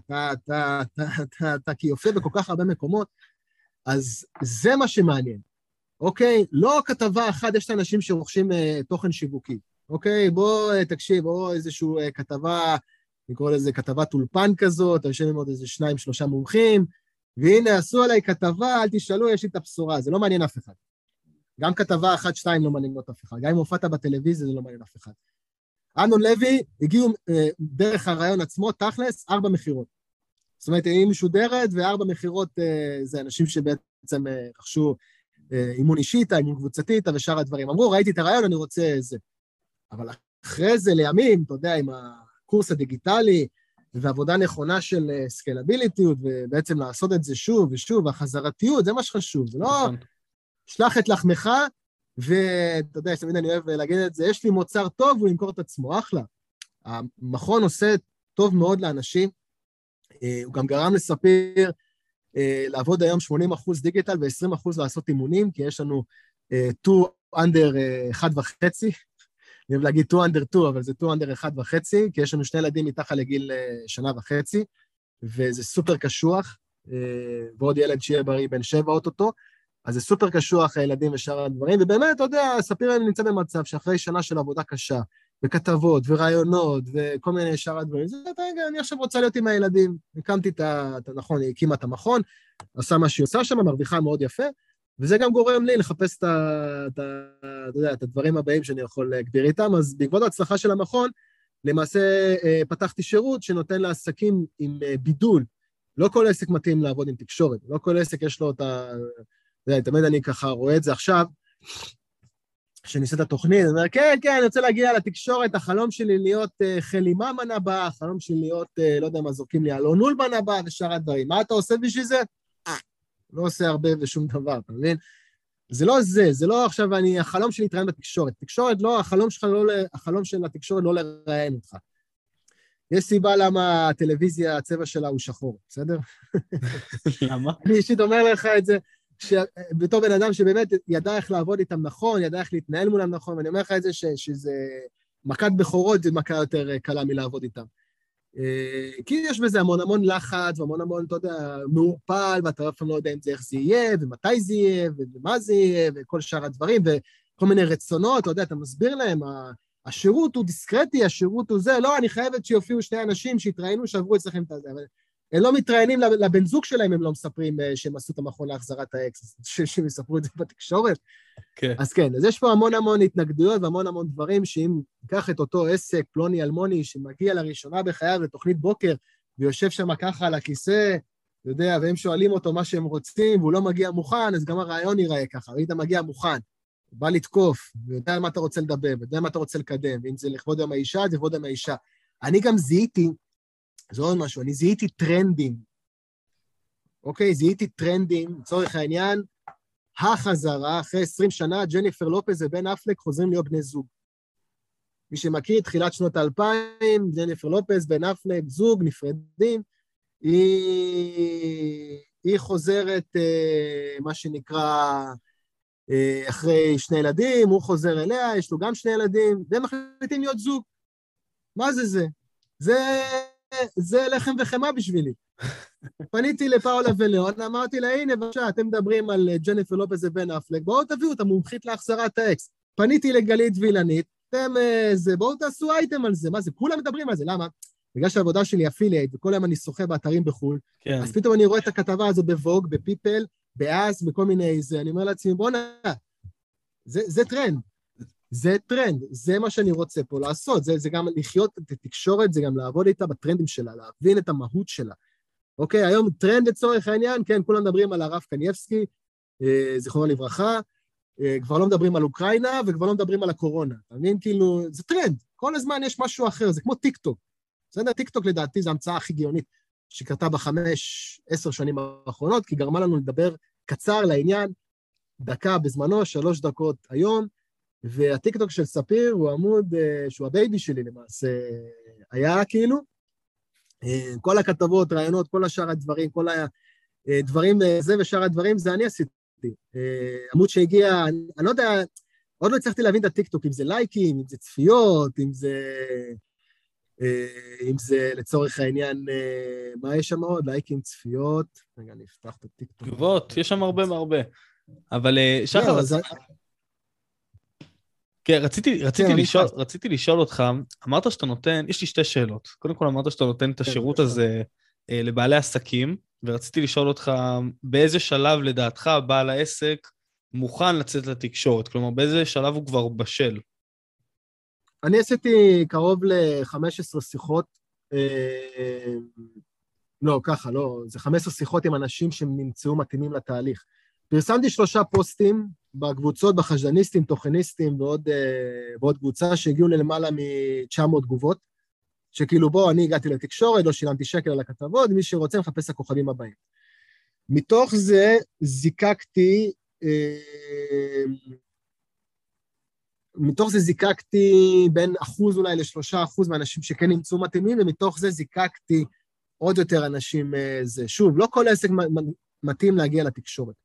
אתה כי יופיע בכל כך הרבה מקומות, אז זה מה שמעניין. אוקיי? לא כתבה אחת, יש את האנשים שרוכשים תוכן שיווקי. אוקיי? בוא תקשיב, או איזשהו כתבה, נקרא לזה כתבת אולפן כזאת, יושב עם עוד איזה 2-3 מומחים, והנה, עשו עליי כתבה, אל תשאלו, יש לי את הבשורה, זה לא מעניין אף אחד. גם כתבה 1-2 לא מעניינות אף אחד, גם אם הופעת בטלוויזיה, זה לא מעניין אף אחד. אמנון לוי הגיעו דרך הרעיון עצמו, תכלס, 4 מחירות. זאת אומרת, היא משודרת, ו4 מחירות זה אנשים שבעצם רכשו אימון אישית, אימון קבוצתית, ושאר הדברים. אמרו, ראיתי את הרעיון, אני רוצה זה. אבל אחרי זה, לימים, אתה יודע, עם הקורס הדיגיטלי, ועבודה נכונה של סקלביליטיות, ובעצם לעשות את זה שוב ושוב, והחזרתיות, זה מה שחשוב. זה לא שלח את לחמך, ואתה יודע, תמיד אני אוהב להגיד את זה, יש לי מוצר טוב, הוא ימכור את עצמו, אחלה. המכון עושה טוב מאוד לאנשים, הוא גם גרם לספיר, לעבוד היום 80% דיגיטל ו-20% לעשות אימונים, כי יש לנו 2 under 1.5, אני אוהב להגיד 2 under 2, אבל זה 2 under 1.5, כי יש לנו 2 ילדים מתחת לגיל 1.5 שנה, וזה סופר קשוח, ועוד ילד שיהיה בריא בן 7 אוטוטו, אז זה סופר קשוח, הילדים ושאר הדברים, ובאמת, אתה יודע, ספיר נמצא במצב שאחרי שנה של עבודה קשה, וכתבות, ורעיונות, וכל מיני שאר הדברים, זה, רגע, אני עכשיו רוצה להיות עם הילדים, הקמתי נכון, היא הקימה את המכון, עשה מה שהיא עושה שם, מרוויחה מאוד יפה, וזה גם גורם לי לחפש אתה יודע, את הדברים הבאים שאני יכול להגביר איתם, אז בעקבות ההצלחה של המכון, למעשה פתחתי שירות שנותן לעסקים עם בידול, לא כל עסק מתאים לעבוד עם תקשורת, לא כל עסק יש לו את תמיד אני ככה רואה את זה עכשיו, כשאני עושה את התוכנית, אני אומר, כן, אני רוצה להגיע לתקשורת, החלום שלי להיות חלי ממן הבא, החלום שלי להיות, לא יודע מה, זורקים לי אלון אולמן הבא, ושאר הדברים. מה אתה עושה בשביל זה? לא עושה הרבה ושום דבר, אתה מבין? זה לא עכשיו, החלום שלי להתראיין בתקשורת. תקשורת לא, החלום של התקשורת לא לראיין אותך. יש סיבה למה הטלוויזיה, הצבע שלה הוא שחור, בסדר? למה? אני אישית אומר לך את זה, בתור בן אדם שבאמת ידע איך לעבוד איתם נכון, ידע איך להתנהל מולם נכון, ואני אומר לך את זה שזה מכת בכורות, זה מכה יותר קלה מלעבוד איתם. כי יש בזה המון לחץ, והמון, אתה יודע, מעורפל, ואתה אף פעם לא יודע אם זה איך זה יהיה, ומתי זה יהיה, ומה זה יהיה, וכל שאר הדברים, וכל מיני רצונות, אתה יודע, אתה מסביר להם, השירות הוא דיסקרטי, השירות הוא זה, לא, אני חייבת שיופיעו שני אנשים שהתראיינו, שעברו אצלכם את זה, אבל הם לא מתראיינים לבן זוג שלהם, הם לא מספרים שהם עשו את המכון להחזרת האקס, שהם יספרו את זה בתקשורת. כן. אז כן, אז יש פה המון התנגדויות והמון דברים, שאם ניקח את אותו עסק, פלוני אלמוני, שמגיע לראשונה בחייו לתוכנית בוקר, ויושב שם ככה על הכיסא, אתה יודע, והם שואלים אותו מה שהם רוצים, והוא לא מגיע מוכן, אז גם הרעיון ייראה ככה, ואם אתה מגיע מוכן, בא לתקוף, ויודע על מה אתה רוצה לדבר, ויודע מה אתה רוצה לקדם, ואם זה לכבוד יום האישה, זה לכבוד יום האישה. אני גם זיהיתי, זה עוד משהו, אני זיהיתי טרנדים. אוקיי, זיהיתי טרנדים, לצורך העניין, החזרה, אחרי 20 שנה, ג'ניפר לופז ובן אפלק חוזרים להיות בני זוג. מי שמכיר, תחילת שנות 2000, ג'ניפר לופז, בן אפלק, זוג, נפרדים, היא חוזרת, מה שנקרא, אחרי שני ילדים, הוא חוזר אליה, יש לו גם שני ילדים, והם מחליטים להיות זוג. מה זה? זה לחם וחמה בשבילי. פניתי לפאולה ולאון, אמרתי לה, הנה, בבקשה, אתם מדברים על ג'ניפר לופז ובן אפלק, בואו תביאו את המומחית להחזרת האקס. פניתי לגלית וילנית, בואו תעשו אייטם על זה, מה זה? כולם מדברים על זה, למה? בגלל שהעבודה שלי אפילייט, וכל היום אני שוחה באתרים בחו"ל, כן. אז פתאום אני רואה את הכתבה הזו בווג, בפיפל, באס, בכל מיני זה, אני אומר לעצמי, בוא זה טרנד. זה טרנד, זה מה שאני רוצה פה לעשות, זה גם לחיות את התקשורת, זה גם לעבוד איתה בטרנדים שלה, להבין את המהות שלה. אוקיי, היום טרנד לצורך העניין, כן, כולם מדברים על הרב קנייבסקי, זיכרונו לברכה, כבר לא מדברים על אוקראינה, וכבר לא מדברים על הקורונה. אתה מבין? כאילו, זה טרנד, כל הזמן יש משהו אחר, זה כמו טיק טוק. בסדר? טיק טוק לדעתי זה המצאה הכי גאונית שקרתה ב5-10 שנים האחרונות, כי גרמה לנו לדבר קצר לעניין, דקה בזמנו, 3 דקות היום, והטיקטוק של ספיר הוא עמוד שהוא הבייבי שלי למעשה, היה כאילו, כל הכתבות, רעיונות, כל השאר הדברים, כל הדברים זה ושאר הדברים, זה אני עשיתי. עמוד שהגיע, אני לא יודע, עוד לא הצלחתי להבין את הטיקטוק, אם זה לייקים, אם זה צפיות, אם זה לצורך העניין, מה יש שם עוד? לייקים, צפיות, רגע, אני אפתח את הטיקטוק. תגובות, יש שם הרבה. אבל שחר, כן, רציתי לשאול אותך, אמרת שאתה נותן, יש לי 2 שאלות. קודם כל אמרת שאתה נותן את השירות הזה לבעלי עסקים, ורציתי לשאול אותך באיזה שלב לדעתך בעל העסק מוכן לצאת לתקשורת, כלומר באיזה שלב הוא כבר בשל. אני עשיתי קרוב ל-15 שיחות, לא, ככה, לא, זה 15 שיחות עם אנשים שנמצאו מתאימים לתהליך. פרסמתי 3 פוסטים בקבוצות, בחשדניסטים, תוכניסטים ועוד קבוצה שהגיעו ללמעלה מ-900 תגובות, שכאילו בוא, אני הגעתי לתקשורת, לא שילמתי שקל על הכתבות, מי שרוצה מחפש הכוכבים הבאים. מתוך זה זיקקתי בין 1% אולי ל3% מהאנשים שכן נמצאו מתאימים, ומתוך זה זיקקתי עוד יותר אנשים זה. שוב, לא כל עסק מתאים להגיע לתקשורת.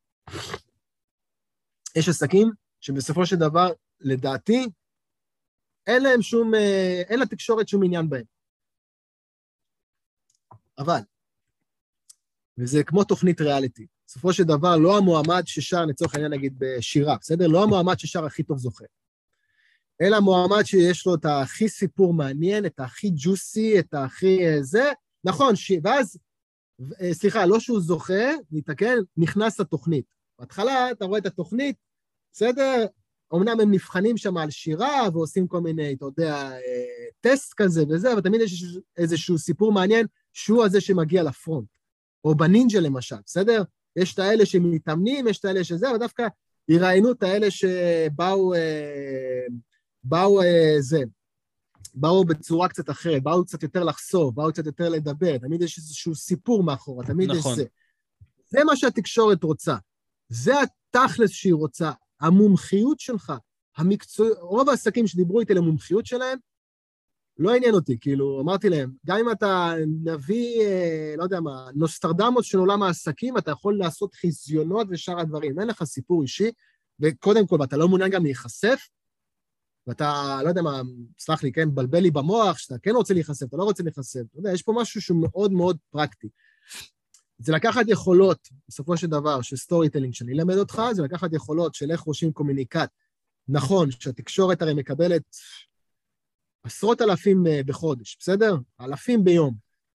יש עסקים שבסופו של דבר, לדעתי, אין לתקשורת שום עניין בהם. אבל, וזה כמו תוכנית ריאליטי, בסופו של דבר, לא המועמד ששר, לצורך העניין נגיד בשירה, בסדר? לא המועמד ששר הכי טוב זוכה. אלא המועמד שיש לו את הכי סיפור מעניין, את הכי ג'וסי, את הכי זה, נכון, ואז, סליחה, לא שהוא זוכה, נתקן, נכנס לתוכנית. בהתחלה אתה רואה את התוכנית, בסדר? אמנם הם נבחנים שם על שירה, ועושים כל מיני, אתה יודע, טסט כזה וזה, אבל תמיד יש איזשהו סיפור מעניין, שהוא הזה שמגיע לפרונט. או בנינג'ה למשל, בסדר? יש את האלה שמתאמנים, יש את האלה שזה, אבל דווקא יראיינו את האלה שבאו, באו בצורה קצת אחרת, באו קצת יותר לחשוף, באו קצת יותר לדבר, תמיד יש איזשהו סיפור מאחורה, תמיד נכון. יש זה. זה מה שהתקשורת רוצה. זה התכלס שהיא רוצה. המומחיות שלך, רוב העסקים שדיברו איתי למומחיות שלהם, לא עניין אותי, כאילו, אמרתי להם, גם אם אתה נביא, לא יודע מה, נוסטרדמוס של עולם העסקים, אתה יכול לעשות חיזיונות ושאר הדברים, אין לך סיפור אישי, וקודם כל, ואתה לא מעוניין גם להיחשף, ואתה, לא יודע מה, סלח לי, כן, בלבל לי במוח, שאתה כן רוצה להיחשף, אתה לא רוצה להיחשף, אתה יודע, יש פה משהו שהוא מאוד מאוד פרקטי. זה לקחת יכולות, בסופו של דבר, של סטורי טלינג שאני אלמד אותך, זה לקחת יכולות של איך רושמים קומוניקט. נכון, שהתקשורת הרי מקבלת עשרות אלפים בחודש, בסדר? אלפים ביום.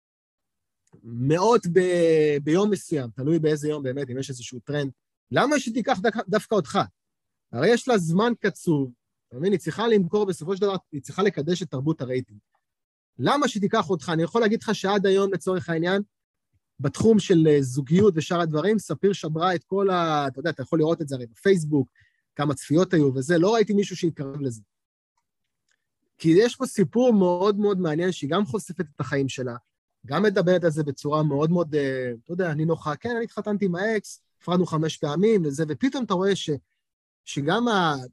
מאות ביום מסוים, תלוי באיזה יום באמת, אם יש איזשהו טרנד. למה שתיקח דווקא אותך? הרי יש לה זמן קצוב, אתה מבין? היא צריכה למכור בסופו של דבר, היא צריכה לקדש את תרבות הרייטינג. למה שתיקח אותך? אני יכול להגיד לך שעד היום, לצורך העניין, בתחום של זוגיות ושאר הדברים, ספיר שברה את כל אתה יודע, אתה יכול לראות את זה הרי בפייסבוק, כמה צפיות היו וזה, לא ראיתי מישהו שיתקרב לזה. כי יש פה סיפור מאוד מאוד מעניין, שהיא גם חושפת את החיים שלה, גם מדברת על זה בצורה מאוד מאוד, אתה יודע, אני נוחה, כן, אני התחתנתי עם האקס, הפרדנו 5 פעמים וזה, ופתאום אתה רואה שגם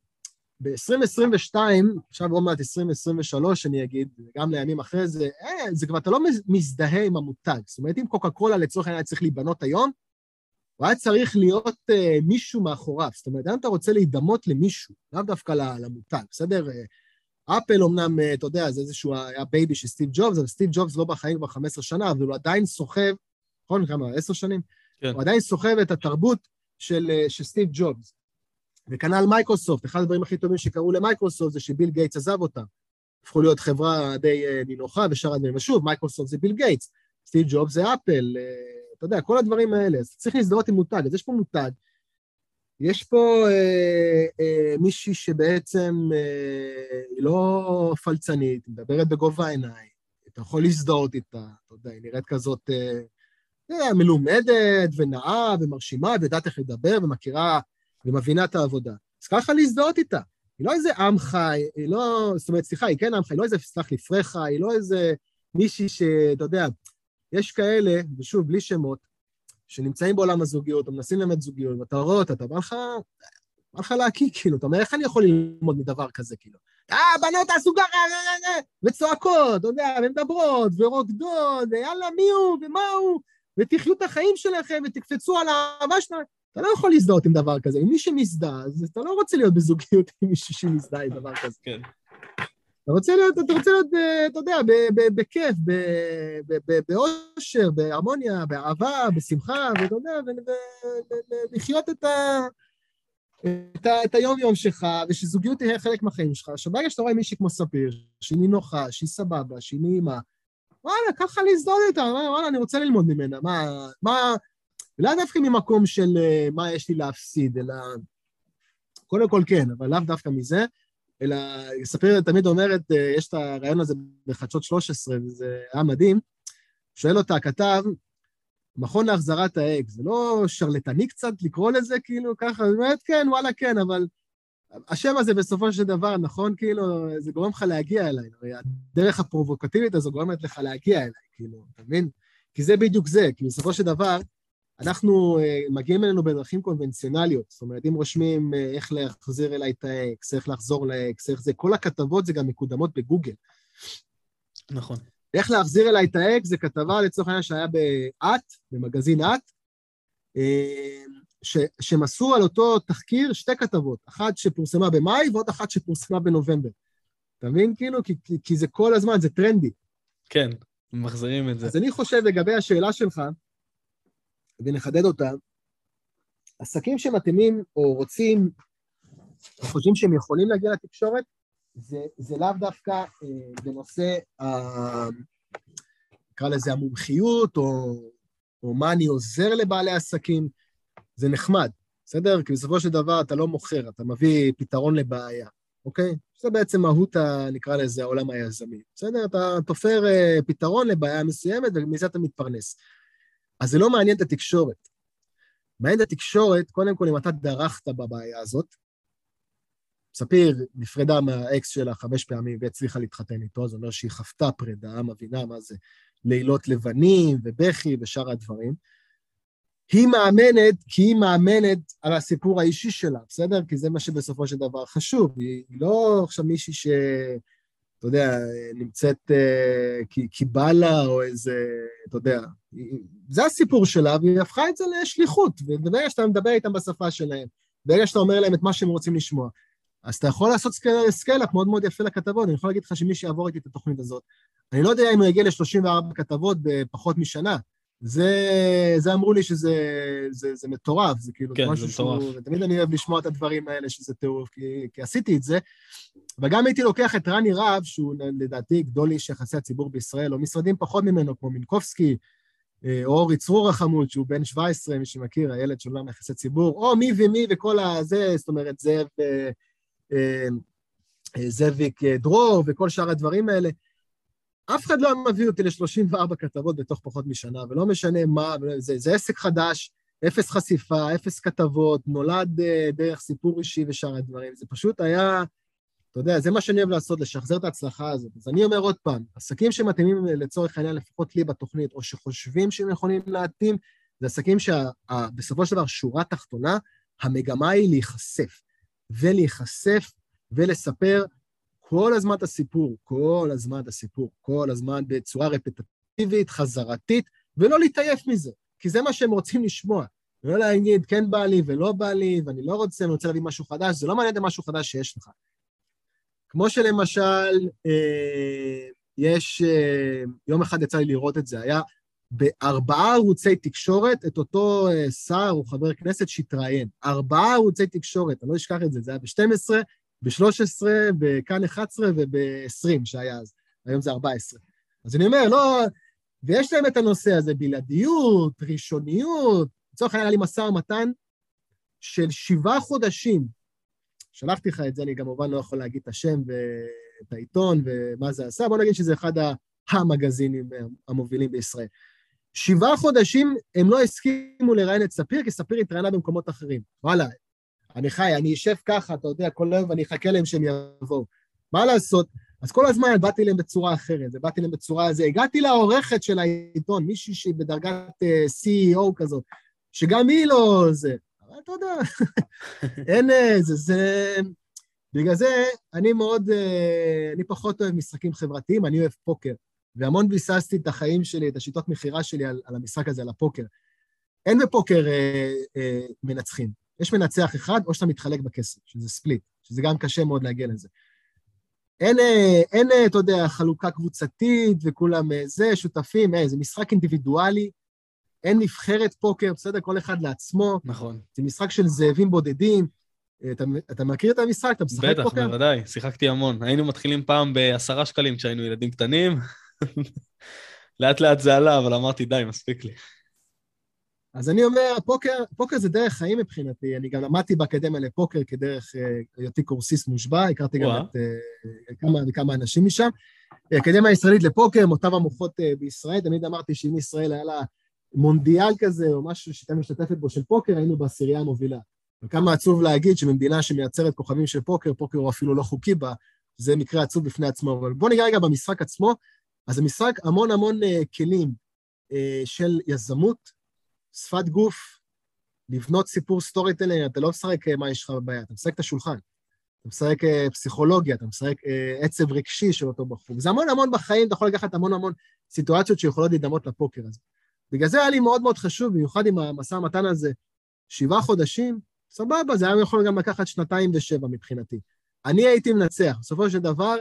ב-2022, עכשיו עוד מעט 2023, אני אגיד, גם לימים אחרי זה, זה כבר אתה לא מזדהה עם המותג. זאת אומרת, אם קוקה קולה לצורך העניין היה צריך להיבנות היום, הוא היה צריך להיות מישהו מאחוריו. זאת אומרת, אם אתה רוצה להידמות למישהו, לאו דווקא למותג, בסדר? אפל אומנם, אתה יודע, זה איזשהו, היה בייבי של סטיב ג'ובס, אבל סטיב ג'ובס לא בחיים כבר 15 שנה, אבל הוא עדיין סוחב, נכון? כמה? 10 שנים? כן. הוא עדיין סוחב את התרבות של סטיב ג'ובס. וכנ"ל מייקרוסופט, אחד הדברים הכי טובים שקראו למייקרוסופט זה שביל גייטס עזב אותם. הפכו להיות חברה די נינוחה ושאר הדברים. ושוב, מייקרוסופט זה ביל גייטס, סטיב ג'ובס זה אפל, אתה יודע, כל הדברים האלה. אז צריך להזדהות עם מותג, אז יש פה מותג. יש פה מישהי שבעצם היא לא פלצנית, היא מדברת בגובה העיניים, אתה יכול להזדהות איתה, אתה יודע, היא נראית כזאת מלומדת ונאה ומרשימה, ויודעת איך לדבר ומכירה ומבינה את העבודה. אז ככה להזדהות איתה. היא לא איזה עמך, היא לא, זאת אומרת, סליחה, היא כן עמך, היא לא איזה סלח לפרחה, היא לא איזה מישהי שאתה יודע, יש כאלה, ושוב, בלי שמות, שנמצאים בעולם הזוגיות, או מנסים ללמד זוגיות, ואתה רואה אותה, אתה בא לך להקיא, כאילו, אתה אומר, איך אני יכול ללמוד מדבר כזה, כאילו? בנות תעשו ככה, וצועקות, אתה יודע, ומדברות, ורוקדות, ויאללה, מי הוא, ומה הוא, ותחיו את החיים שלכם, ותקפצו על האהבה שלכם. אתה לא יכול להזדהות עם דבר כזה. עם מי שמזדהה, אז אתה לא רוצה להיות בזוגיות עם מישהו שמזדהה עם דבר כזה. כן. אתה רוצה להיות, אתה יודע, בכיף, באושר, בהרמוניה, באהבה, בשמחה, ואתה יודע, ולחיות את היום-יום שלך, ושזוגיות תהיה חלק מהחיים שלך. שברגע שאתה רואה מישהי כמו ספיר, שהיא נינוחה, שהיא סבבה, שהיא נעימה, וואלה, ככה להזדהות איתה, וואלה, אני רוצה ללמוד ממנה, לא דווקא ממקום של מה יש לי להפסיד, אלא קודם כל כן, אבל לאו דווקא מזה, אלא ספיר תמיד אומרת, יש את הרעיון הזה בחדשות 13, וזה היה מדהים, שואל אותה, כתב, מכון להחזרת האג, זה לא שרלטני קצת לקרוא לזה כאילו ככה, באמת כן, וואלה כן, אבל השם הזה בסופו של דבר, נכון, כאילו, זה גורם לך להגיע אליי, הדרך הפרובוקטיבית הזו גורמת לך להגיע אליי, כאילו, אתה מבין? כי זה בדיוק זה, כי בסופו של דבר, אנחנו מגיעים אלינו בדרכים קונבנציונליות, זאת אומרת, אם רושמים איך להחזיר אליי את האקס, איך לחזור לאקס, איך זה, כל הכתבות זה גם מקודמות בגוגל. נכון. איך להחזיר אליי את האקס, זה כתבה לצורך העניין שהיה במגזין את, שהם עשו על אותו תחקיר 2 כתבות, אחת שפורסמה במאי ועוד אחת שפורסמה בנובמבר. אתה מבין? כאילו, כי זה כל הזמן, זה טרנדי. כן, מחזירים את זה. אז אני חושב לגבי השאלה שלך, ונחדד אותה, עסקים שמתאימים או רוצים, או חושבים שהם יכולים להגיע לתקשורת, זה לאו דווקא בנושא, נקרא לזה המומחיות, או מה אני עוזר לבעלי עסקים, זה נחמד, בסדר? כי בסופו של דבר אתה לא מוכר, אתה מביא פתרון לבעיה, אוקיי? זה בעצם מהות, נקרא לזה, העולם היזמי, בסדר? אתה תופר פתרון לבעיה מסוימת, ומזה אתה מתפרנס. אז זה לא מעניין את התקשורת. מעניין את התקשורת, קודם כל, אם אתה דרכת בבעיה הזאת, ספיר נפרדה מהאקס שלה 5 פעמים והצליחה להתחתן איתו, זאת אומרת שהיא חפתה פרידה, מבינה מה זה לילות לבנים ובכי ושאר הדברים. היא מאמנת, כי היא מאמנת על הסיפור האישי שלה, בסדר? כי זה מה שבסופו של דבר חשוב. היא לא עכשיו מישהי ש... אתה יודע, נמצאת כי בא לה או איזה, אתה יודע, זה הסיפור שלה, והיא הפכה את זה לשליחות, וברגע שאתה מדבר איתם בשפה שלהם, ברגע שאתה אומר להם את מה שהם רוצים לשמוע, אז אתה יכול לעשות סקייל-אפ מאוד מאוד יפה לכתבות, אני יכול להגיד לך שמי שיעבור איתי את התוכנית הזאת, אני לא יודע אם הוא יגיע ל-34 כתבות בפחות משנה, זה אמרו לי שזה מטורף, זה כאילו כן, משהו זה מטורף. ותמיד אני אוהב לשמוע את הדברים האלה שזה טירוף, כי עשיתי את זה, וגם הייתי לוקח את רני רב, שהוא לדעתי גדול איש יחסי הציבור בישראל, או משרדים פחות ממנו, כמו מינקובסקי, או אורי צרור החמוד, שהוא בן 17, מי שמכיר, הילד של עולם יחסי ציבור, או מי ומי וכל הזה, זאת אומרת, זאביק דרור וכל שאר הדברים האלה, אף אחד לא מביא אותי ל-34 כתבות בתוך פחות משנה, ולא משנה מה, זה עסק חדש, 0 חשיפה, 0 כתבות, נולד דרך סיפור אישי ושאר הדברים, זה פשוט היה, אתה יודע, זה מה שאני אוהב לעשות, לשחזר את ההצלחה הזאת. אז אני אומר עוד פעם, עסקים שמתאימים לצורך העניין, לפחות לי בתוכנית, או שחושבים שהם יכולים להתאים, זה עסקים שבסופו של דבר, שורה תחתונה, המגמה היא להיחשף ולספר כל הזמן את הסיפור, כל הזמן בצורה רפטטיבית, חזרתית, ולא להתעייף מזה, כי זה מה שהם רוצים לשמוע. ולא להגיד, כן בא לי ולא בא לי, ואני לא רוצה, אני רוצה להביא משהו חדש, זה לא מעניין את משהו חדש שיש לך. כמו שלמשל, יש, יום אחד יצא לי לראות את זה, היה ב4 ערוצי תקשורת, את אותו שר או חבר כנסת שהתראיין. 4 ערוצי תקשורת, אני לא אשכח את זה, זה היה ב12, ב13, בכאן 11 וב-20 שהיה אז, היום זה 14. אז אני אומר, לא, ויש להם את הנושא הזה, בלעדיות, ראשוניות, לצורך היה לי משא ומתן של 7 חודשים, שלחתי לך את זה, אני כמובן לא יכול להגיד את השם ואת העיתון ומה זה עשה, בוא נגיד שזה אחד המגזינים המובילים בישראל. 7 חודשים הם לא הסכימו לראיין את ספיר, כי ספיר התראיינה במקומות אחרים. וואלה, אני אשב ככה, אתה יודע, כל יום ואני אחכה להם שהם יבואו. מה לעשות? אז כל הזמן באתי להם בצורה אחרת, ובאתי להם בצורה הזה, הגעתי לעורכת של העיתון, מישהי שהיא בדרגת CEO כזאת, שגם היא לא זה, אבל אתה יודע, אין זה, בגלל זה אני פחות אוהב משחקים חברתיים, אני אוהב פוקר, והמון ביססתי את החיים שלי, את השיטות מחירה שלי על המשחק הזה, על הפוקר. אין בפוקר מנצחים. יש מנצח אחד, או שאתה מתחלק בכסף, שזה ספליט, שזה גם קשה מאוד להגיע לזה. אין, אתה יודע, חלוקה קבוצתית, וכולם זה, שותפים, זה משחק אינדיבידואלי, אין נבחרת פוקר, בסדר, כל אחד לעצמו. נכון. זה משחק של זאבים בודדים. אתה מכיר את המשחק? אתה משחק בטח, פוקר? בוודאי, שיחקתי המון. היינו מתחילים פעם ב10 שקלים כשהיינו ילדים קטנים. לאט לאט זה עלה, אבל אמרתי, די, מספיק לי. אז אני אומר, פוקר זה דרך חיים מבחינתי, אני גם למדתי באקדמיה לפוקר כדרך היותי קורסיסט מושבע, הכרתי גם את כמה אנשים משם. האקדמיה הישראלית לפוקר, מוטב המוחות בישראל, תמיד אמרתי שאם ישראל היה לה מונדיאל כזה, או משהו שאתה משתתפת בו של פוקר, היינו בעשירייה המובילה. וכמה עצוב להגיד שבמדינה שמייצרת כוכבים של פוקר, פוקר הוא אפילו לא חוקי בה, זה מקרה עצוב בפני עצמו, אבל בוא ניגע רגע במשחק עצמו, אז המשחק המון כלים של יזמות, שפת גוף, לבנות סיפור סטורי טלינג, אתה לא משחק מה יש לך בבעיה, אתה משחק את השולחן, אתה משחק פסיכולוגיה, אתה משחק עצב רגשי של אותו בחור. זה המון בחיים, אתה יכול לקחת המון סיטואציות שיכולות להידמות לפוקר הזה. בגלל זה היה לי מאוד חשוב, במיוחד עם המשא ומתן הזה, 7 חודשים, סבבה, זה היה יכול גם לקחת 2 ו7 מבחינתי. אני הייתי מנצח, בסופו של דבר,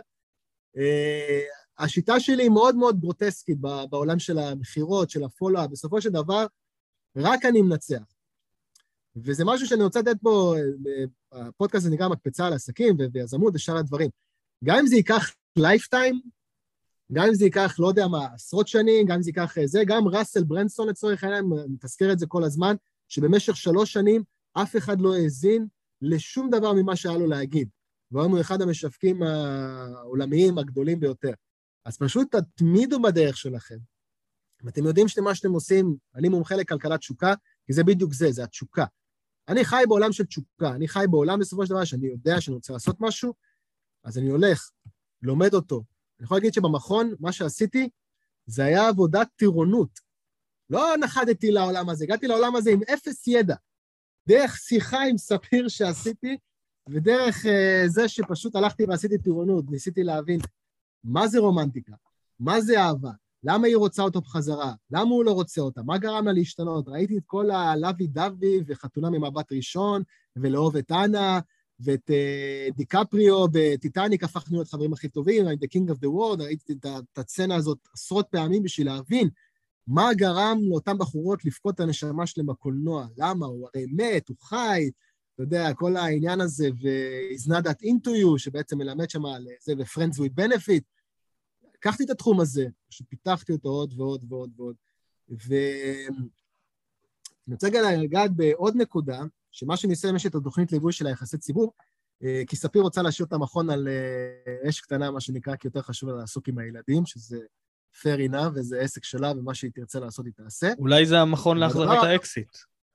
השיטה שלי היא מאוד גרוטסקית בעולם של המחירות, של הפולו, בסופו של דבר, רק אני מנצח. וזה משהו שאני רוצה לתת פה, הפודקאסט זה נקרא מקפצה על עסקים ויזמות ושאר הדברים. גם אם זה ייקח לייפטיים, גם אם זה ייקח, לא יודע מה, עשרות שנים, גם אם זה ייקח זה, גם ראסל ברנסון לצורך העניין, מתזכר את זה כל הזמן, שבמשך 3 שנים אף אחד לא האזין לשום דבר ממה שהיה לו להגיד. והיום הוא אחד המשווקים העולמיים הגדולים ביותר. אז פשוט תתמידו בדרך שלכם. ואתם יודעים שמה שאתם עושים, אני מומחה לכלכלת תשוקה, כי זה בדיוק זה, זה התשוקה. אני חי בעולם של תשוקה, אני חי בעולם בסופו של דבר שאני יודע שאני רוצה לעשות משהו, אז אני הולך, לומד אותו. אני יכול להגיד שבמכון, מה שעשיתי, זה היה עבודת טירונות. לא נחדתי לעולם הזה, הגעתי לעולם הזה עם 0 ידע. דרך שיחה עם ספיר שעשיתי, ודרך זה שפשוט הלכתי ועשיתי טירונות, ניסיתי להבין מה זה רומנטיקה, מה זה אהבה, למה היא רוצה אותו בחזרה, למה הוא לא רוצה אותה, מה גרם לה להשתנות, ראיתי את כל הלוי דווי וחתונה ממבט ראשון, ולאהוב את אנה, ואת דיקפריו בטיטניק הפכנו להיות חברים הכי טובים, The King of the World, ראיתי את הסצנה הזאת עשרות פעמים בשביל להבין מה גרם לאותן בחורות לפקוד את הנשמה שלהם בקולנוע, למה, הוא הרי מת, הוא חי, אתה יודע, כל העניין הזה, ו-Is not that into you, שבעצם מלמד שם על זה, ו-Friends with benefit, לקחתי את התחום הזה, שפיתחתי אותו עוד ועוד ועוד ועוד, ואני רוצה לגעת בעוד נקודה, שמה שניסה יש את התוכנית ליווי של היחסי ציבור, כי ספיר רוצה להשאיר את המכון על אש קטנה, מה שנקרא, כי יותר חשוב לה לעסוק עם הילדים, שזה fair enough, וזה עסק שלה, ומה שהיא תרצה לעשות היא תעשה. אולי זה המכון להחזרת האקסיט.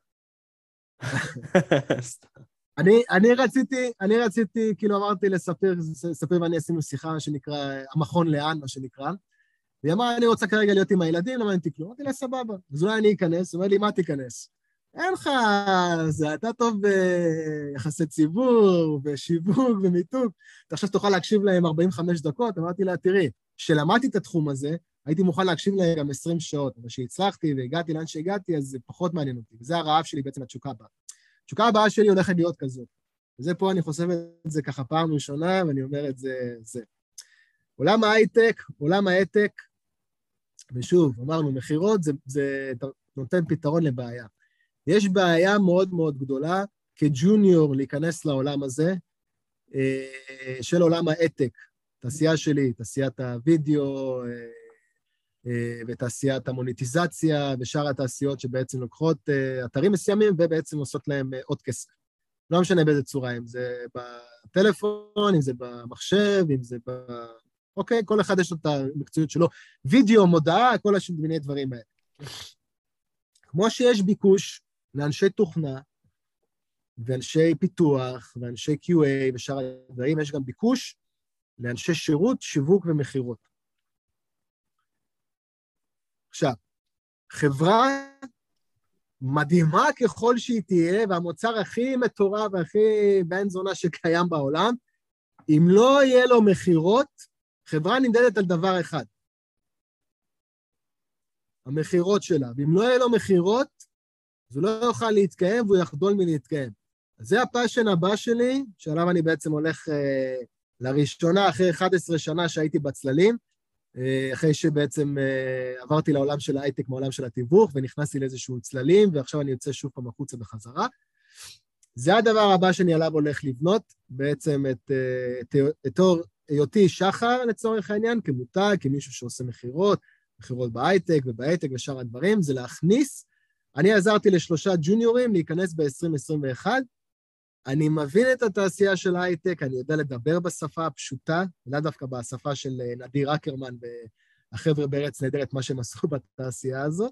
אני רציתי, כאילו אמרתי לספיר ואני עשינו שיחה שנקרא, המכון לאן, מה שנקרא, והיא אמרה, אני רוצה כרגע להיות עם הילדים, למה אני תקלו? אמרתי לה, סבבה. אז אולי אני אכנס, הוא אומר לי, מה תיכנס? אין לך, אתה טוב ביחסי ציבור, בשיווק, במיתוג, אתה עכשיו תוכל להקשיב להם 45 דקות, אמרתי לה, תראי, כשלמדתי את התחום הזה, הייתי מוכן להקשיב להם גם 20 שעות, אבל כשהצלחתי והגעתי לאן שהגעתי, אז זה פחות מעניין אותי, וזה הרעב שלי בעצם התשוקה הבאה. התשוקה הבאה שלי הולכת להיות כזאת, וזה פה אני חושב את זה ככה פעם ראשונה, ואני אומר את זה. עולם ההייטק, ושוב, אמרנו, מחירות, זה נותן פתרון לבעיה. יש בעיה מאוד מאוד גדולה, כג'וניור להיכנס לעולם הזה, של עולם ההייטק, תעשייה שלי, תעשיית הוידאו, ותעשיית המוניטיזציה, ושאר התעשיות שבעצם לוקחות אתרים מסוימים, ובעצם עושות להם עוד כסף. לא משנה באיזה צורה, אם זה בטלפון, אם זה במחשב, אם זה אוקיי, כל אחד יש לו את המקצועיות שלו. וידאו, מודעה, כל מיני דברים האלה. כמו שיש ביקוש לאנשי תוכנה, ואנשי פיתוח, ואנשי QA, ושאר הדברים, יש גם ביקוש לאנשי שירות, שיווק ומחירות. עכשיו, חברה מדהימה ככל שהיא תהיה, והמוצר הכי מטורף והכי בן זונה שקיים בעולם, אם לא יהיה לו מחירות, חברה נמדדת על דבר אחד. המחירות שלה. ואם לא יהיה לו מחירות, אז הוא לא יוכל להתקיים והוא יחדול מלהתקיים. אז זה הפאשן הבא שלי, שעליו אני בעצם הולך לראשונה אחרי 11 שנה שהייתי בצללים, אחרי שבעצם עברתי לעולם של ההייטק מהעולם של התיווך, ונכנסתי לאיזשהו צללים, ועכשיו אני יוצא שוב פעם החוצה בחזרה. זה הדבר הבא שאני עליו הולך לבנות, בעצם את היותי שחר לצורך העניין, כמותג, כמישהו שעושה מחירות בהייטק ובהייטק ושאר הדברים, זה להכניס. אני עזרתי ל3 ג'וניורים להיכנס ב-2021, אני מבין את התעשייה של ההייטק, אני יודע לדבר בשפה הפשוטה, לא דווקא בשפה של נדיר אקרמן והחבר'ה בארץ נהדרת, מה שהם עשו בתעשייה הזאת.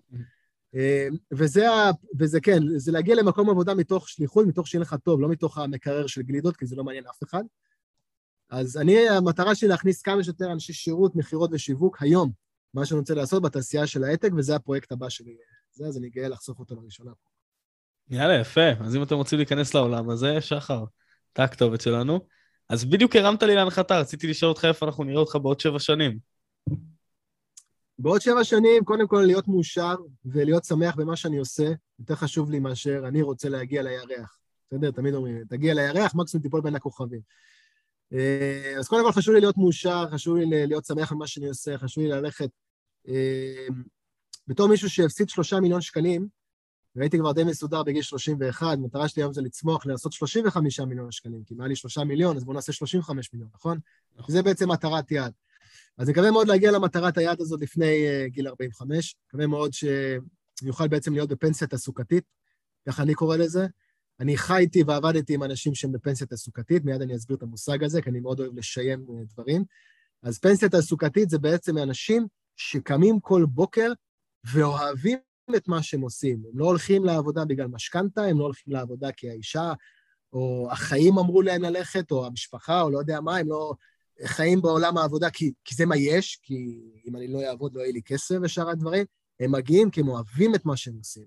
וזה כן, זה להגיע למקום עבודה מתוך שליחות, מתוך שיהיה לך טוב, לא מתוך המקרר של גלידות, כי זה לא מעניין אף אחד. אז המטרה שלי להכניס כמה שיותר אנשי שירות, מחירות ושיווק היום, מה שאני רוצה לעשות בתעשייה של ההייטק, וזה הפרויקט הבא שלי. אז אני גאה לחשוף אותו לראשונה פה. יאללה, יפה. אז אם אתם רוצים להיכנס לעולם הזה, שחר, אתה הכתובת שלנו. אז בדיוק הרמת לי להנחתה, רציתי לשאול אותך איפה אנחנו נראה אותך בעוד 7 שנים. בעוד 7 שנים, קודם כל להיות מאושר ולהיות שמח במה שאני עושה, יותר חשוב לי מאשר אני רוצה להגיע לירח. בסדר, תמיד אומרים, תגיע לירח, מקסימום תיפול בין הכוכבים. אז קודם כל חשוב לי להיות מאושר, חשוב לי להיות שמח במה שאני עושה, חשוב לי ללכת בתור מישהו שהפסיד 3 מיליון שקלים, והייתי כבר די מסודר בגיל 31, מטרה שלי היום זה לצמוח, לעשות 35 מיליון שקלים, כי מעל לי 3 מיליון, אז בואו נעשה 35 מיליון, נכון? זה בעצם מטרת יעד. אז אני מקווה מאוד להגיע למטרת היעד הזאת לפני גיל 45, מקווה מאוד שיוכל בעצם להיות בפנסיה תעסוקתית, ככה אני קורא לזה. אני חייתי ועבדתי עם אנשים שהם בפנסיה תעסוקתית, מיד אני אסביר את המושג הזה, כי אני מאוד אוהב לשיים דברים. אז פנסיה תעסוקתית זה בעצם אנשים שקמים כל בוקר ואוהבים את מה שהם עושים. הם לא הולכים לעבודה בגלל משכנתה, הם לא הולכים לעבודה כי האישה, או החיים אמרו להם ללכת, או המשפחה, או לא יודע מה, הם לא חיים בעולם העבודה כי זה מה יש, כי אם אני לא אעבוד לא יהיה לי כסף ושאר הדברים, הם מגיעים כי הם אוהבים את מה שהם עושים.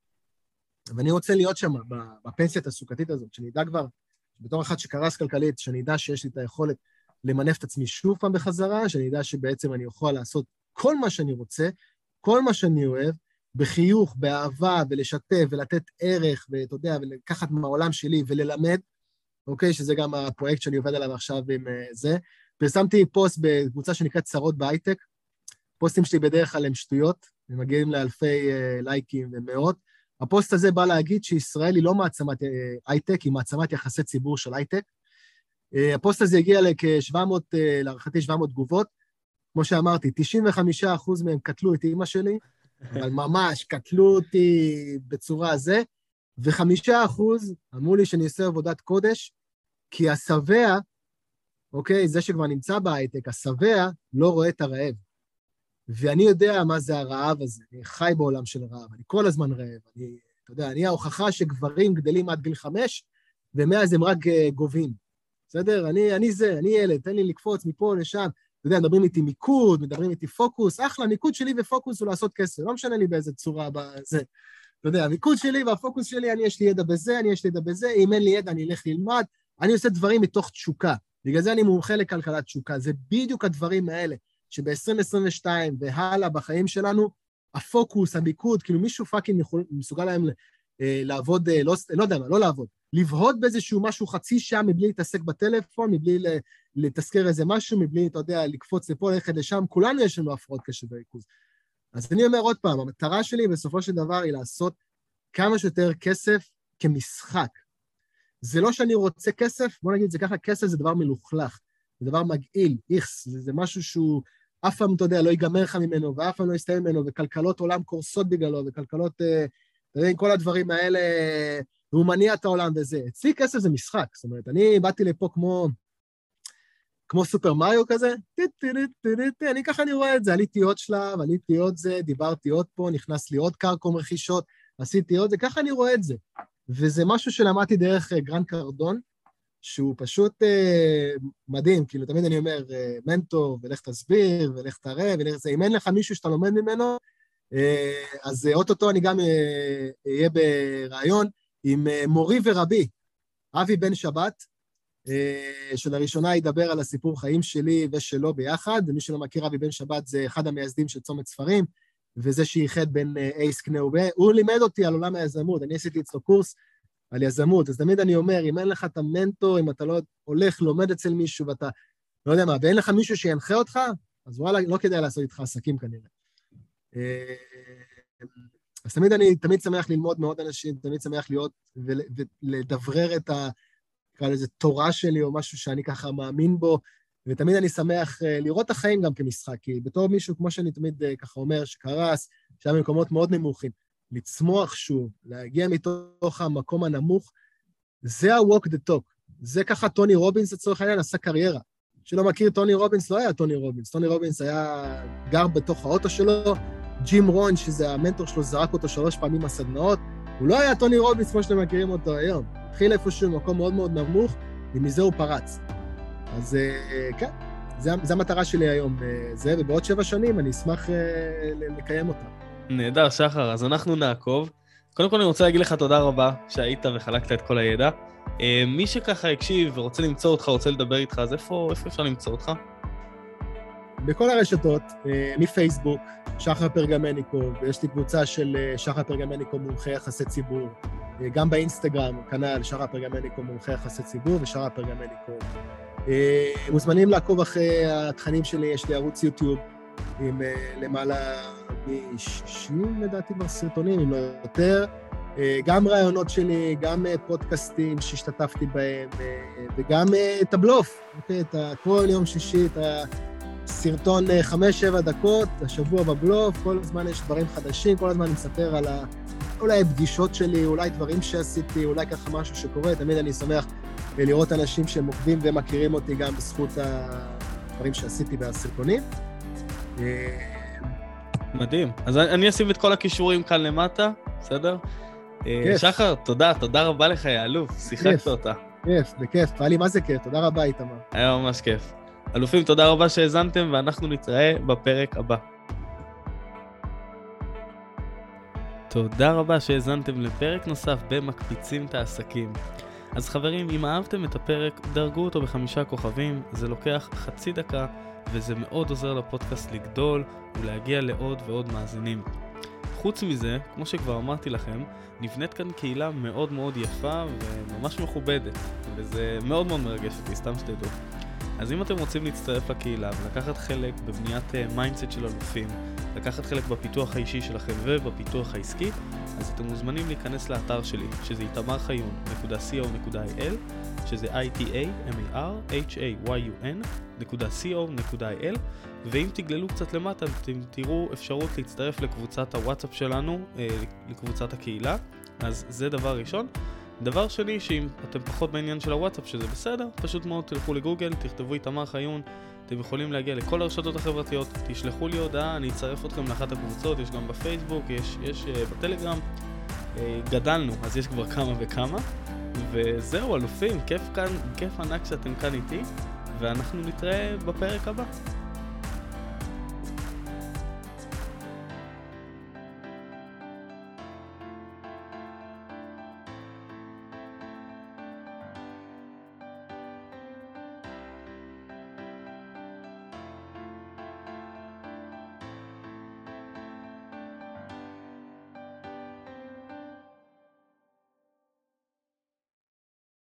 ואני רוצה להיות שם, בפנסיה התעסוקתית הזאת, שאני אדע כבר, בתור אחד שקרס כלכלית, שאני אדע שיש לי את היכולת למנף את עצמי שוב פעם בחזרה, שאני אדע שבעצם אני יכול לעשות כל מה שאני רוצה, כל מה שאני אוהב, בחיוך, באהבה, ולשתף, ולתת ערך, ואתה יודע, ולקחת מהעולם שלי וללמד, אוקיי? שזה גם הפרויקט שאני עובד עליו עכשיו עם זה. פרסמתי פוסט בקבוצה שנקראת צרות בהייטק, פוסטים שלי בדרך כלל הם שטויות, הם מגיעים לאלפי לייקים ומאות. הפוסט הזה בא להגיד שישראל היא לא מעצמת הייטק, היא מעצמת יחסי ציבור של הייטק. הפוסט הזה הגיע להערכתי 700 תגובות. כמו שאמרתי, 95% מהם קטלו את אמא שלי, אבל ממש קטלו אותי בצורה הזה, ו5% אמרו לי שאני עושה עבודת קודש, כי השבע, אוקיי, זה שכבר נמצא בהייטק, השבע לא רואה את הרעב. ואני יודע מה זה הרעב הזה, אני חי בעולם של רעב, אני כל הזמן רעב, אתה יודע, אני ההוכחה שגברים גדלים עד גיל 5, ומאז הם רק גובים. בסדר? אני ילד, תן לי לקפוץ מפה לשם, אתה יודע, מדברים איתי מיקוד, מדברים איתי פוקוס, אחלה, מיקוד שלי ופוקוס הוא לעשות כסף, לא משנה לי באיזה צורה בזה. אתה יודע, המיקוד שלי והפוקוס שלי, יש לי ידע בזה, יש לי ידע בזה, אם אין לי ידע, אני אלך ללמד, אני עושה דברים מתוך תשוקה. בגלל זה אני מומחה לכלכלת תשוקה, זה בדיוק הדברים האלה, שב-2022 והלאה בחיים שלנו, הפוקוס, המיקוד, כאילו מישהו פאקינג מסוגל להם לעבוד, לא יודע מה, לא לעבוד, לבהות באיזשהו משהו חצי שעה מבלי להתעסק בטלפון, מבלי לתזכר איזה משהו, מבלי, אתה יודע, לקפוץ לפה, ללכת לשם, כולנו יש לנו הפרעות קשב וריכוז. אז אני אומר עוד פעם, המטרה שלי בסופו של דבר היא לעשות כמה שיותר כסף כמשחק. זה לא שאני רוצה כסף, בוא נגיד, זה ככה, כסף זה דבר מלוכלך, זה דבר מגעיל, איכס, זה משהו שהוא אף פעם, אתה יודע, לא ייגמר לך ממנו, ואף פעם לא יסתיים ממנו, וכלכלות עולם קורסות בגללו, וכלכלות, אתה יודע, כל הדברים האלה, והוא מניע את העולם וזה. אצלי כסף זה משחק, זאת אומרת, אני באתי לפה כמו סופר מריו כזה, אני ככה אני רואה את זה, עליתי עוד שלב, עליתי עוד זה, דיברתי עוד פה, נכנס לי עוד קרקום רכישות, עשיתי עוד זה, ככה אני רואה את זה. וזה משהו שלמדתי דרך גרנט קרדון, שהוא פשוט מדהים, כאילו תמיד אני אומר, מנטור, ולך תסביר, ולך תראה, ולך זה, אם אין לך מישהו שאתה לומד ממנו, אז אוטוטו אני גם אהיה ברעיון עם מורי ורבי, אבי בן שבת, שלראשונה ידבר על הסיפור חיים שלי ושלו ביחד, ומי שלא מכיר, אבי בן שבת זה אחד המייסדים של צומת ספרים, וזה שייחד בין אייס קנאובה, הוא לימד אותי על עולם היזמות, אני עשיתי אצלו קורס על יזמות, אז תמיד אני אומר, אם אין לך את המנטור, אם אתה לא הולך, לומד אצל מישהו, ואתה, לא יודע מה, ואין לך מישהו שינחה אותך, אז וואלה, לא כדאי לעשות איתך עסקים כנראה. אז תמיד שמח ללמוד מאוד אנשים, תמיד שמח להיות ולדברר את איזה תורה שלי או משהו שאני ככה מאמין בו, ותמיד אני שמח לראות את החיים גם כמשחק, כי בתור מישהו, כמו שאני תמיד ככה אומר, שקרס, שהיה במקומות מאוד נמוכים, לצמוח שוב, להגיע מתוך המקום הנמוך, זה ה-walk the talk. זה ככה טוני רובינס לצורך העניין עשה קריירה. שלא מכיר, טוני רובינס לא היה טוני רובינס. טוני רובינס היה גר בתוך האוטו שלו, ג'ים רון, שזה המנטור שלו, זרק אותו 3 פעמים מהסדנאות, הוא לא היה טוני רובינס כמו שאתם מכירים אותו היום. התחיל איפשהו במקום מאוד מאוד נמוך, ומזה הוא פרץ. אז כן, זה המטרה שלי היום, ובעוד 7 שנים אני אשמח לקיים אותה. נהדר, שחר, אז אנחנו נעקוב. קודם כל אני רוצה להגיד לך תודה רבה שהיית וחלקת את כל הידע. מי שככה הקשיב ורוצה למצוא אותך, רוצה לדבר איתך, אז איפה אפשר למצוא אותך? בכל הרשתות, מפייסבוק, שחר פרגמניקו, ויש לי קבוצה של שחר פרגמניקו מומחה יחסי ציבור, גם באינסטגרם, כנ"ל שחר פרגמניקו מומחה יחסי ציבור ושחר פרגמניקו. מוזמנים לעקוב אחרי התכנים שלי, יש לי ערוץ יוטיוב עם למעלה מ-60 לדעתי כבר סרטונים, אם לא יותר, גם רעיונות שלי, גם פודקאסטים שהשתתפתי בהם, וגם את הבלוף, אוקיי? כל יום שישי, את הסרטון 5-7 דקות, השבוע בבלוף, כל הזמן יש דברים חדשים, כל הזמן אני מספר על אולי פגישות שלי, אולי דברים שעשיתי, אולי ככה משהו שקורה, תמיד אני שמח לראות אנשים שהם עוקבים ומכירים אותי גם בזכות הדברים שעשיתי בסרטונים. מדהים. אז אני אשים את כל הכישורים כאן למטה, בסדר? שחר, תודה רבה לך, יא אלוף, שיחקת אותה. בכיף, פעלי, מה זה כיף? תודה רבה, איתמר. היה ממש כיף. אלופים, תודה רבה שהאזנתם, ואנחנו נתראה בפרק הבא. תודה רבה שהאזנתם לפרק נוסף במקפיצים את העסקים. אז חברים, אם אהבתם את הפרק, דרגו אותו ב5 כוכבים, זה לוקח חצי דקה, וזה מאוד עוזר לפודקאסט לגדול ולהגיע לעוד ועוד מאזינים. חוץ מזה, כמו שכבר אמרתי לכם, נבנית כאן קהילה מאוד מאוד יפה וממש מכובדת, וזה מאוד מאוד מרגש אותי, סתם שתדעו. אז אם אתם רוצים להצטרף לקהילה ולקחת חלק בבניית מיינדסט של אלופים, לקחת חלק בפיתוח האישי שלכם ובפיתוח העסקי, אז אתם מוזמנים להיכנס לאתר שלי, שזה itamarchayun.co.il, שזה itamarchayun.co.il, ואם תגללו קצת למטה, אתם תראו אפשרות להצטרף לקבוצת הוואטסאפ שלנו, לקבוצת הקהילה, אז זה דבר ראשון. דבר שני, שאם אתם פחות בעניין של הוואטסאפ, שזה בסדר, פשוט מאוד תלכו לגוגל, תכתבו איתמר חיון, אתם יכולים להגיע לכל הרשתות החברתיות, תשלחו לי הודעה, אני אצרף אתכם לאחת הקבוצות, יש גם בפייסבוק, יש בטלגרם, גדלנו, אז יש כבר כמה וכמה, וזהו אלופים, כיף ענק שאתם כאן איתי, ואנחנו נתראה בפרק הבא.